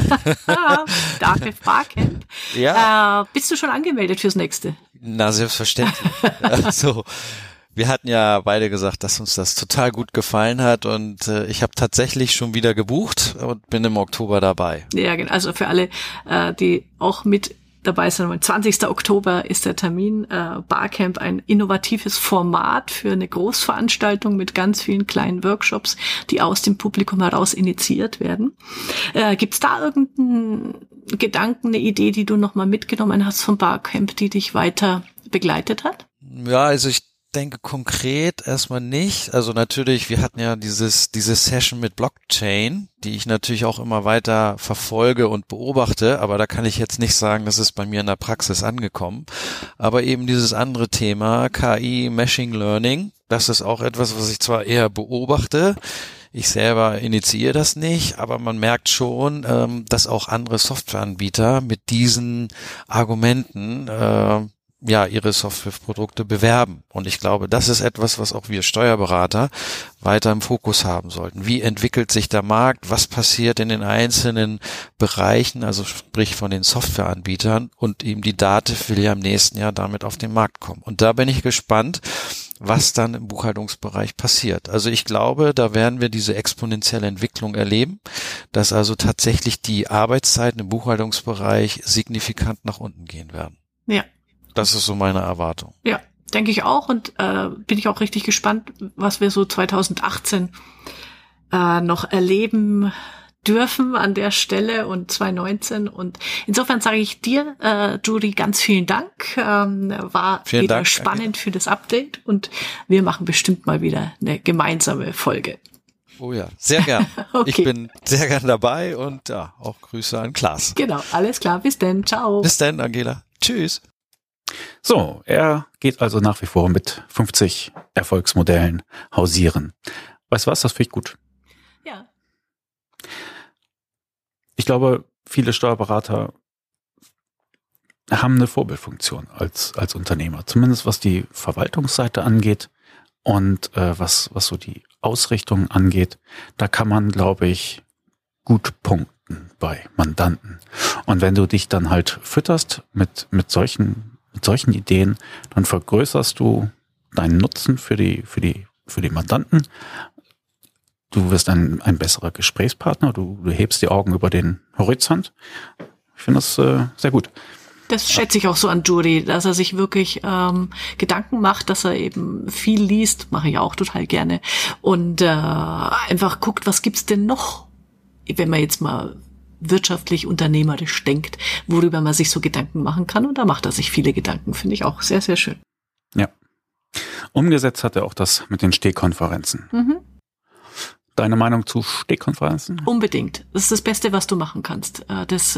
S2: Dativ Barcamp.
S5: Ja.
S2: Bist du schon angemeldet fürs nächste?
S5: Na, selbstverständlich. Also, wir hatten ja beide gesagt, dass uns das total gut gefallen hat und ich habe tatsächlich schon wieder gebucht und bin im Oktober dabei.
S2: Ja, genau. Also für alle, die auch mit dabei sind, 20. Oktober ist der Termin. Barcamp, ein innovatives Format für eine Großveranstaltung mit ganz vielen kleinen Workshops, die aus dem Publikum heraus initiiert werden. Gibt's da irgendeinen Gedanken, eine Idee, die du nochmal mitgenommen hast vom Barcamp, die dich weiter begleitet hat?
S5: Ja, also ich denke konkret erstmal nicht. Also natürlich, wir hatten ja diese Session mit Blockchain, die ich natürlich auch immer weiter verfolge und beobachte, aber da kann ich jetzt nicht sagen, das ist bei mir in der Praxis angekommen. Aber eben dieses andere Thema, KI, Machine Learning, das ist auch etwas, was ich zwar eher beobachte, ich selber initiiere das nicht, aber man merkt schon, dass auch andere Softwareanbieter mit diesen Argumenten ihre Softwareprodukte bewerben. Und ich glaube, das ist etwas, was auch wir Steuerberater weiter im Fokus haben sollten. Wie entwickelt sich der Markt? Was passiert in den einzelnen Bereichen? Also sprich von den Softwareanbietern und eben die Dativ will ja im nächsten Jahr damit auf den Markt kommen. Und da bin ich gespannt, was dann im Buchhaltungsbereich passiert. Also ich glaube, da werden wir diese exponentielle Entwicklung erleben, dass also tatsächlich die Arbeitszeiten im Buchhaltungsbereich signifikant nach unten gehen werden.
S2: Ja.
S5: Das ist so meine Erwartung.
S2: Ja, denke ich auch und bin ich auch richtig gespannt, was wir so 2018 noch erleben dürfen an der Stelle und 2019. Und insofern sage ich dir, Judy, ganz vielen Dank. War
S5: vielen
S2: wieder
S5: Dank,
S2: spannend für das Update und wir machen bestimmt mal wieder eine gemeinsame Folge.
S5: Oh ja, sehr gern.
S2: Okay.
S5: Ich bin sehr gern dabei und ja, auch Grüße an Klaas.
S2: Genau, alles klar. Bis dann. Ciao.
S5: Bis dann, Angela. Tschüss.
S1: So, er geht also nach wie vor mit 50 Erfolgsmodellen hausieren. Weißt du was, das finde ich gut.
S2: Ja.
S1: Ich glaube, viele Steuerberater haben eine Vorbildfunktion als Unternehmer. Zumindest was die Verwaltungsseite angeht und was so die Ausrichtung angeht. Da kann man, glaube ich, gut punkten bei Mandanten. Und wenn du dich dann halt fütterst mit solchen Ideen, dann vergrößerst du deinen Nutzen für die Mandanten. Du wirst ein besserer Gesprächspartner, du hebst die Augen über den Horizont. Ich finde das sehr gut.
S2: Das schätze ich auch so an Judy, dass er sich wirklich Gedanken macht, dass er eben viel liest, mache ich auch total gerne, und einfach guckt, was gibt's denn noch, wenn man jetzt mal wirtschaftlich, unternehmerisch denkt, worüber man sich so Gedanken machen kann. Und da macht er sich viele Gedanken. Finde ich auch sehr, sehr schön.
S1: Ja. Umgesetzt hat er auch das mit den Stehkonferenzen. Mhm. Deine Meinung zu Stehkonferenzen?
S2: Unbedingt. Das ist das Beste, was du machen kannst. Das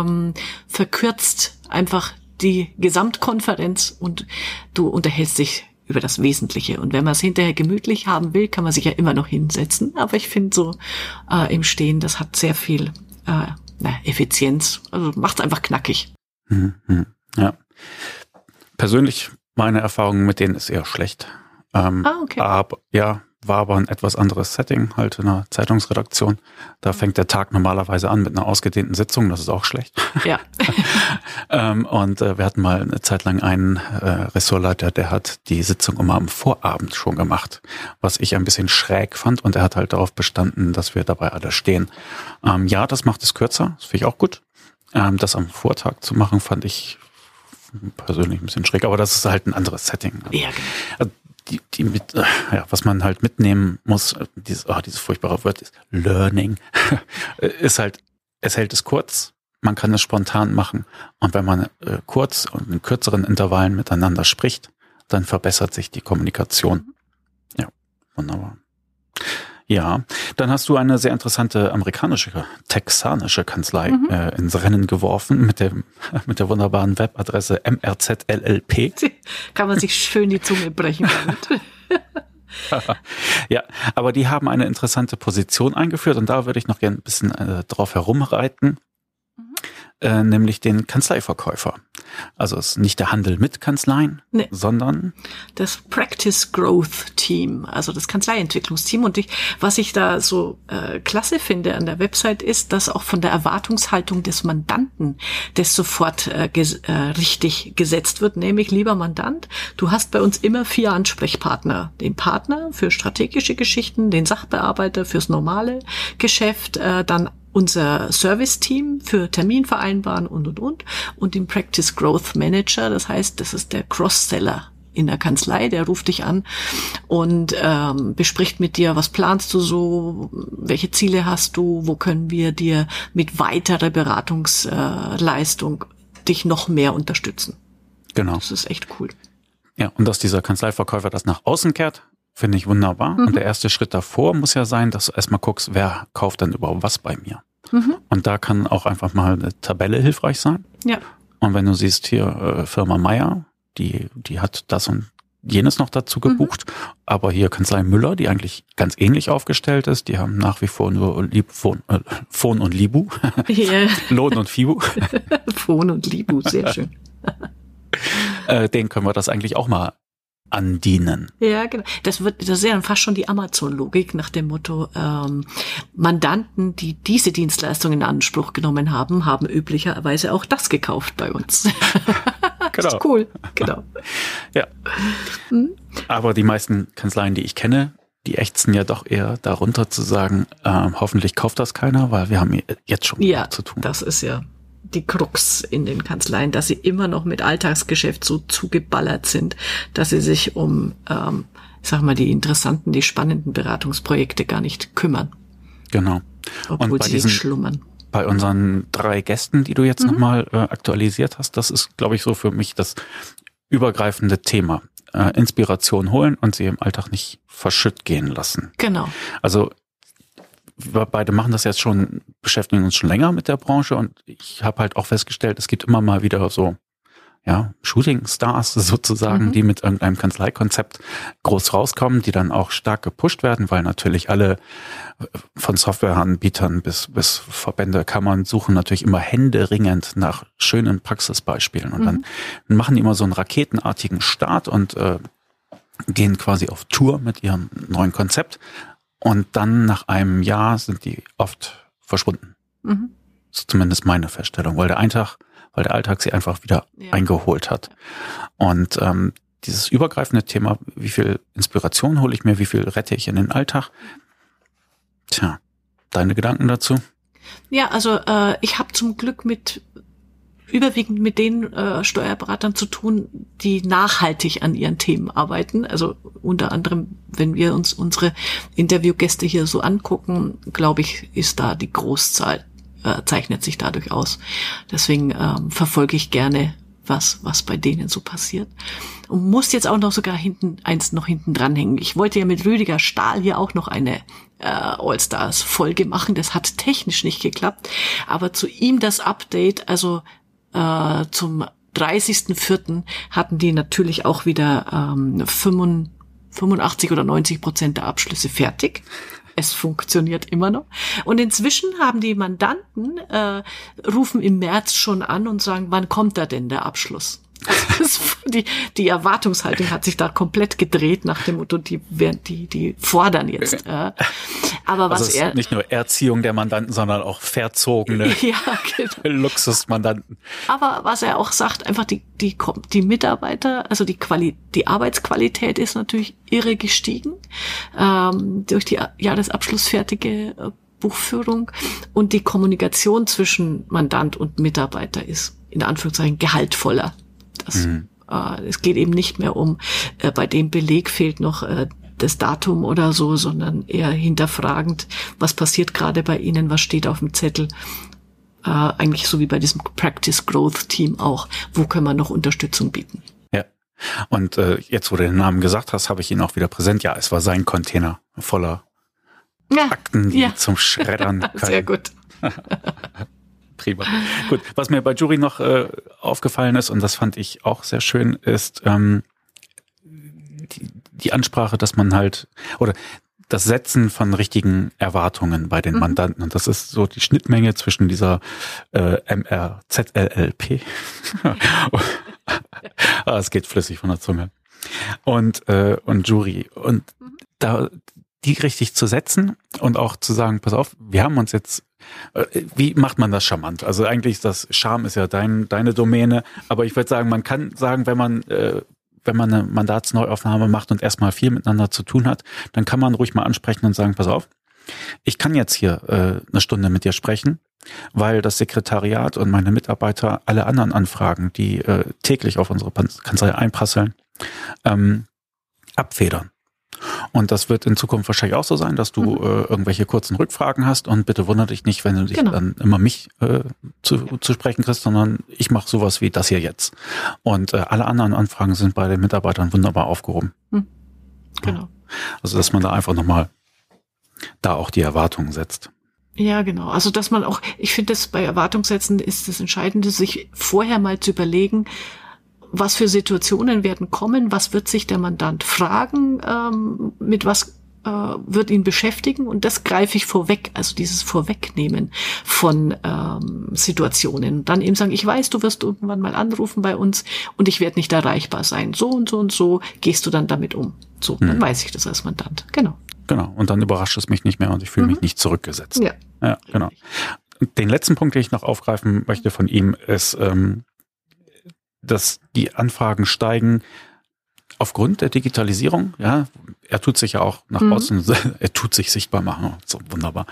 S2: verkürzt einfach die Gesamtkonferenz und du unterhältst dich über das Wesentliche. Und wenn man es hinterher gemütlich haben will, kann man sich ja immer noch hinsetzen. Aber ich finde so im Stehen, das hat sehr viel Effizienz. Also macht's einfach knackig.
S1: Ja. Persönlich, meine Erfahrung mit denen ist eher schlecht.
S2: Okay.
S1: Aber war aber ein etwas anderes Setting, halt in einer Zeitungsredaktion. Da fängt der Tag normalerweise an mit einer ausgedehnten Sitzung, das ist auch schlecht.
S2: Ja.
S1: Und wir hatten mal eine Zeit lang einen Ressortleiter, der hat die Sitzung immer am Vorabend schon gemacht, was ich ein bisschen schräg fand, und er hat halt darauf bestanden, dass wir dabei alle stehen. Ja, das macht es kürzer, das finde ich auch gut. Das am Vortag zu machen, fand ich persönlich ein bisschen schräg, aber das ist halt ein anderes Setting.
S2: Ja, genau.
S1: Was man halt mitnehmen muss, dieses furchtbare Wort ist Learning, ist halt, es hält es kurz, man kann es spontan machen, und wenn man kurz und in kürzeren Intervallen miteinander spricht, dann verbessert sich die Kommunikation. Ja, wunderbar. Ja, dann hast du eine sehr interessante amerikanische, texanische Kanzlei ins Rennen geworfen mit der wunderbaren Webadresse MRZ-LLP.
S2: Kann man sich schön die Zunge brechen damit.
S1: Ja, aber die haben eine interessante Position eingeführt und da würde ich noch gerne ein bisschen drauf herumreiten. Nämlich den Kanzleiverkäufer. Also es ist nicht der Handel mit Kanzleien, sondern
S2: das Practice Growth Team, also das Kanzleientwicklungsteam. Und was ich da so klasse finde an der Website ist, dass auch von der Erwartungshaltung des Mandanten das sofort richtig gesetzt wird. Nämlich, lieber Mandant, du hast bei uns immer 4 Ansprechpartner. Den Partner für strategische Geschichten, den Sachbearbeiter fürs normale Geschäft, dann unser Service-Team für Terminvereinbaren und den Practice Growth Manager. Das heißt, das ist der Cross-Seller in der Kanzlei, der ruft dich an und bespricht mit dir, was planst du so, welche Ziele hast du, wo können wir dir mit weiterer Beratungsleistung dich noch mehr unterstützen.
S1: Genau.
S2: Das ist echt cool.
S1: Ja, und dass dieser Kanzleiverkäufer das nach außen kehrt, finde ich wunderbar. Und der erste Schritt davor muss ja sein, dass du erstmal guckst, wer kauft denn überhaupt was bei mir. Und da kann auch einfach mal eine Tabelle hilfreich sein.
S2: Ja.
S1: Und wenn du siehst hier Firma Meier, die hat das und jenes noch dazu gebucht, aber hier Kanzlei Müller, die eigentlich ganz ähnlich aufgestellt ist, die haben nach wie vor nur Phon und Libu,
S2: Yeah.
S1: Lohn und Fibu.
S2: Phon und Libu, sehr schön.
S1: Den können wir das eigentlich auch mal andienen.
S2: Ja, genau. Das ist ja dann fast schon die Amazon-Logik nach dem Motto, Mandanten, die diese Dienstleistung in Anspruch genommen haben, haben üblicherweise auch das gekauft bei uns.
S1: Genau.
S2: Das ist cool, genau.
S1: Ja. Aber die meisten Kanzleien, die ich kenne, die ächzen ja doch eher darunter zu sagen, hoffentlich kauft das keiner, weil wir haben jetzt schon zu tun.
S2: Das ist ja die Krux in den Kanzleien, dass sie immer noch mit Alltagsgeschäft so zugeballert sind, dass sie sich um, die interessanten, die spannenden Beratungsprojekte gar nicht kümmern.
S1: Genau.
S2: Obwohl sie schlummern.
S1: Bei unseren 3 Gästen, die du jetzt nochmal aktualisiert hast, das ist, glaube ich, so für mich das übergreifende Thema. Inspiration holen und sie im Alltag nicht verschütt gehen lassen.
S2: Genau.
S1: Also wir beide machen das jetzt schon, beschäftigen uns schon länger mit der Branche und ich habe halt auch festgestellt, es gibt immer mal wieder so Shooting Stars sozusagen, die mit irgendeinem Kanzleikonzept groß rauskommen, die dann auch stark gepusht werden, weil natürlich alle von Softwareanbietern bis Verbände, Kammern suchen natürlich immer händeringend nach schönen Praxisbeispielen und dann machen die immer so einen raketenartigen Start und gehen quasi auf Tour mit ihrem neuen Konzept. Und dann nach einem Jahr sind die oft verschwunden. Das ist zumindest meine Feststellung, weil der Alltag sie einfach wieder eingeholt hat. Und dieses übergreifende Thema, wie viel Inspiration hole ich mir, wie viel rette ich in den Alltag? Tja, deine Gedanken dazu?
S2: Ja, also ich habe zum Glück überwiegend mit den Steuerberatern zu tun, die nachhaltig an ihren Themen arbeiten. Also unter anderem, wenn wir uns unsere Interviewgäste hier so angucken, glaube ich, ist da die Großzahl, zeichnet sich dadurch aus. Deswegen verfolge ich gerne, was bei denen so passiert. Und muss jetzt auch noch sogar hinten dranhängen. Ich wollte ja mit Rüdiger Stahl hier auch noch eine All-Stars-Folge machen. Das hat technisch nicht geklappt. Aber zu ihm das Update, also zum 30.04. hatten die natürlich auch wieder 85 oder 90% der Abschlüsse fertig. Es funktioniert immer noch. Und inzwischen haben die Mandanten, rufen im März schon an und sagen, wann kommt da denn der Abschluss? Die Erwartungshaltung hat sich da komplett gedreht nach dem Motto, die fordern jetzt. Aber
S1: also es ist nicht nur Erziehung der Mandanten, sondern auch verzogene Luxusmandanten.
S2: Aber was er auch sagt, einfach die Mitarbeiter, also die Arbeitsqualität ist natürlich irre gestiegen durch die jahresabschlussfertige Buchführung und die Kommunikation zwischen Mandant und Mitarbeiter ist in Anführungszeichen gehaltvoller. Es geht eben nicht mehr um, bei dem Beleg fehlt noch das Datum oder so, sondern eher hinterfragend, was passiert gerade bei Ihnen, was steht auf dem Zettel. Eigentlich so wie bei diesem Practice Growth Team auch. Wo können wir noch Unterstützung bieten?
S1: Ja, und jetzt, wo du den Namen gesagt hast, habe ich ihn auch wieder präsent. Ja, es war sein Container voller Akten, die zum Schreddern können.
S2: Sehr gut.
S1: Prima. Gut, was mir bei Jury noch aufgefallen ist, und das fand ich auch sehr schön, ist die Ansprache, dass man halt, oder das Setzen von richtigen Erwartungen bei den Mandanten. Und das ist so die Schnittmenge zwischen dieser MRZLLP. Es geht flüssig von der Zunge. Und Jury. Und da die richtig zu setzen und auch zu sagen, pass auf, wir haben uns jetzt, wie macht man das charmant? Also eigentlich Charme ist ja deine Domäne, aber ich würde sagen, man kann sagen, wenn man eine Mandatsneuaufnahme macht und erstmal viel miteinander zu tun hat, dann kann man ruhig mal ansprechen und sagen, pass auf, ich kann jetzt hier eine Stunde mit dir sprechen, weil das Sekretariat und meine Mitarbeiter alle anderen Anfragen, die täglich auf unsere Kanzlei einprasseln, abfedern. Und das wird in Zukunft wahrscheinlich auch so sein, dass du irgendwelche kurzen Rückfragen hast und bitte wundere dich nicht, wenn du dich dann immer mich zu sprechen kriegst, sondern ich mache sowas wie das hier jetzt. Und alle anderen Anfragen sind bei den Mitarbeitern wunderbar aufgehoben.
S2: Genau.
S1: Also dass man da einfach nochmal da auch die Erwartungen setzt.
S2: Ja, genau. Also dass man auch, ich finde, das bei Erwartungssetzen ist das Entscheidende, sich vorher mal zu überlegen, was für Situationen werden kommen, was wird sich der Mandant fragen, mit was wird ihn beschäftigen, und das greife ich vorweg, also dieses Vorwegnehmen von Situationen. Dann eben sagen, ich weiß, du wirst irgendwann mal anrufen bei uns und ich werde nicht erreichbar sein. So und so und so gehst du dann damit um. So, dann weiß ich das als Mandant. Genau.
S1: Genau. Und dann überrascht es mich nicht mehr und ich fühle mich nicht zurückgesetzt.
S2: Ja,
S1: genau. Den letzten Punkt, den ich noch aufgreifen möchte von ihm, ist, dass die Anfragen steigen aufgrund der Digitalisierung. Ja, er tut sich ja auch nach außen, er tut sich sichtbar machen, so wunderbar.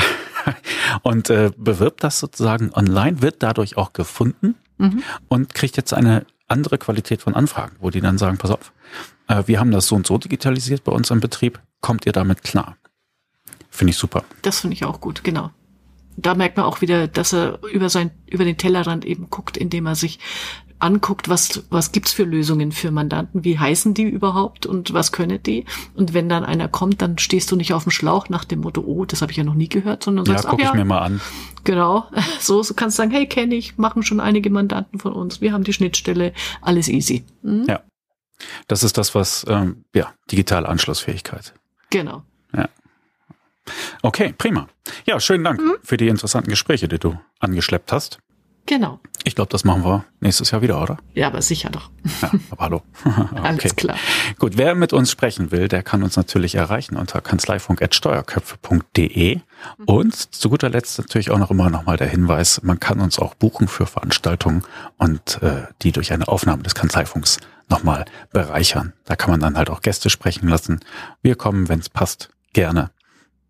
S1: Und bewirbt das sozusagen online, wird dadurch auch gefunden und kriegt jetzt eine andere Qualität von Anfragen, wo die dann sagen, pass auf, wir haben das so und so digitalisiert bei uns im Betrieb, kommt ihr damit klar? Finde ich super.
S2: Das finde ich auch gut, genau. Da merkt man auch wieder, dass er über den Tellerrand eben guckt, indem er sich anguckt, was gibt's für Lösungen für Mandanten, wie heißen die überhaupt und was können die? Und wenn dann einer kommt, dann stehst du nicht auf dem Schlauch nach dem Motto, oh, das habe ich ja noch nie gehört, sondern sagst,
S1: guck ich mir mal an.
S2: Genau, so kannst du sagen, hey, kenne ich, machen schon einige Mandanten von uns, wir haben die Schnittstelle, alles easy.
S1: Ja, das ist das, was, digitale Anschlussfähigkeit.
S2: Genau.
S1: Ja. Okay, prima. Ja, schönen Dank für die interessanten Gespräche, die du angeschleppt hast.
S2: Genau.
S1: Ich glaube, das machen wir nächstes Jahr wieder, oder?
S2: Ja, aber sicher doch.
S1: Ja, aber hallo. Okay.
S2: Alles klar.
S1: Gut, wer mit uns sprechen will, der kann uns natürlich erreichen unter kanzleifunk@steuerköpfe.de. Und zu guter Letzt natürlich auch noch mal der Hinweis, man kann uns auch buchen für Veranstaltungen und die durch eine Aufnahme des Kanzleifunks nochmal bereichern. Da kann man dann halt auch Gäste sprechen lassen. Wir kommen, wenn es passt, gerne.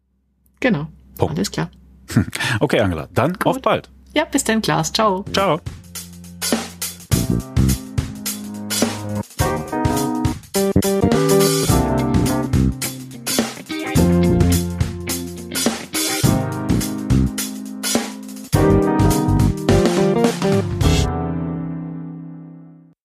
S2: Genau.
S1: Punkt.
S2: Alles klar.
S1: Okay, Angela, dann
S2: Gut.
S1: auf bald.
S2: Ja, bis dann, Klaas. Ciao.
S1: Ciao.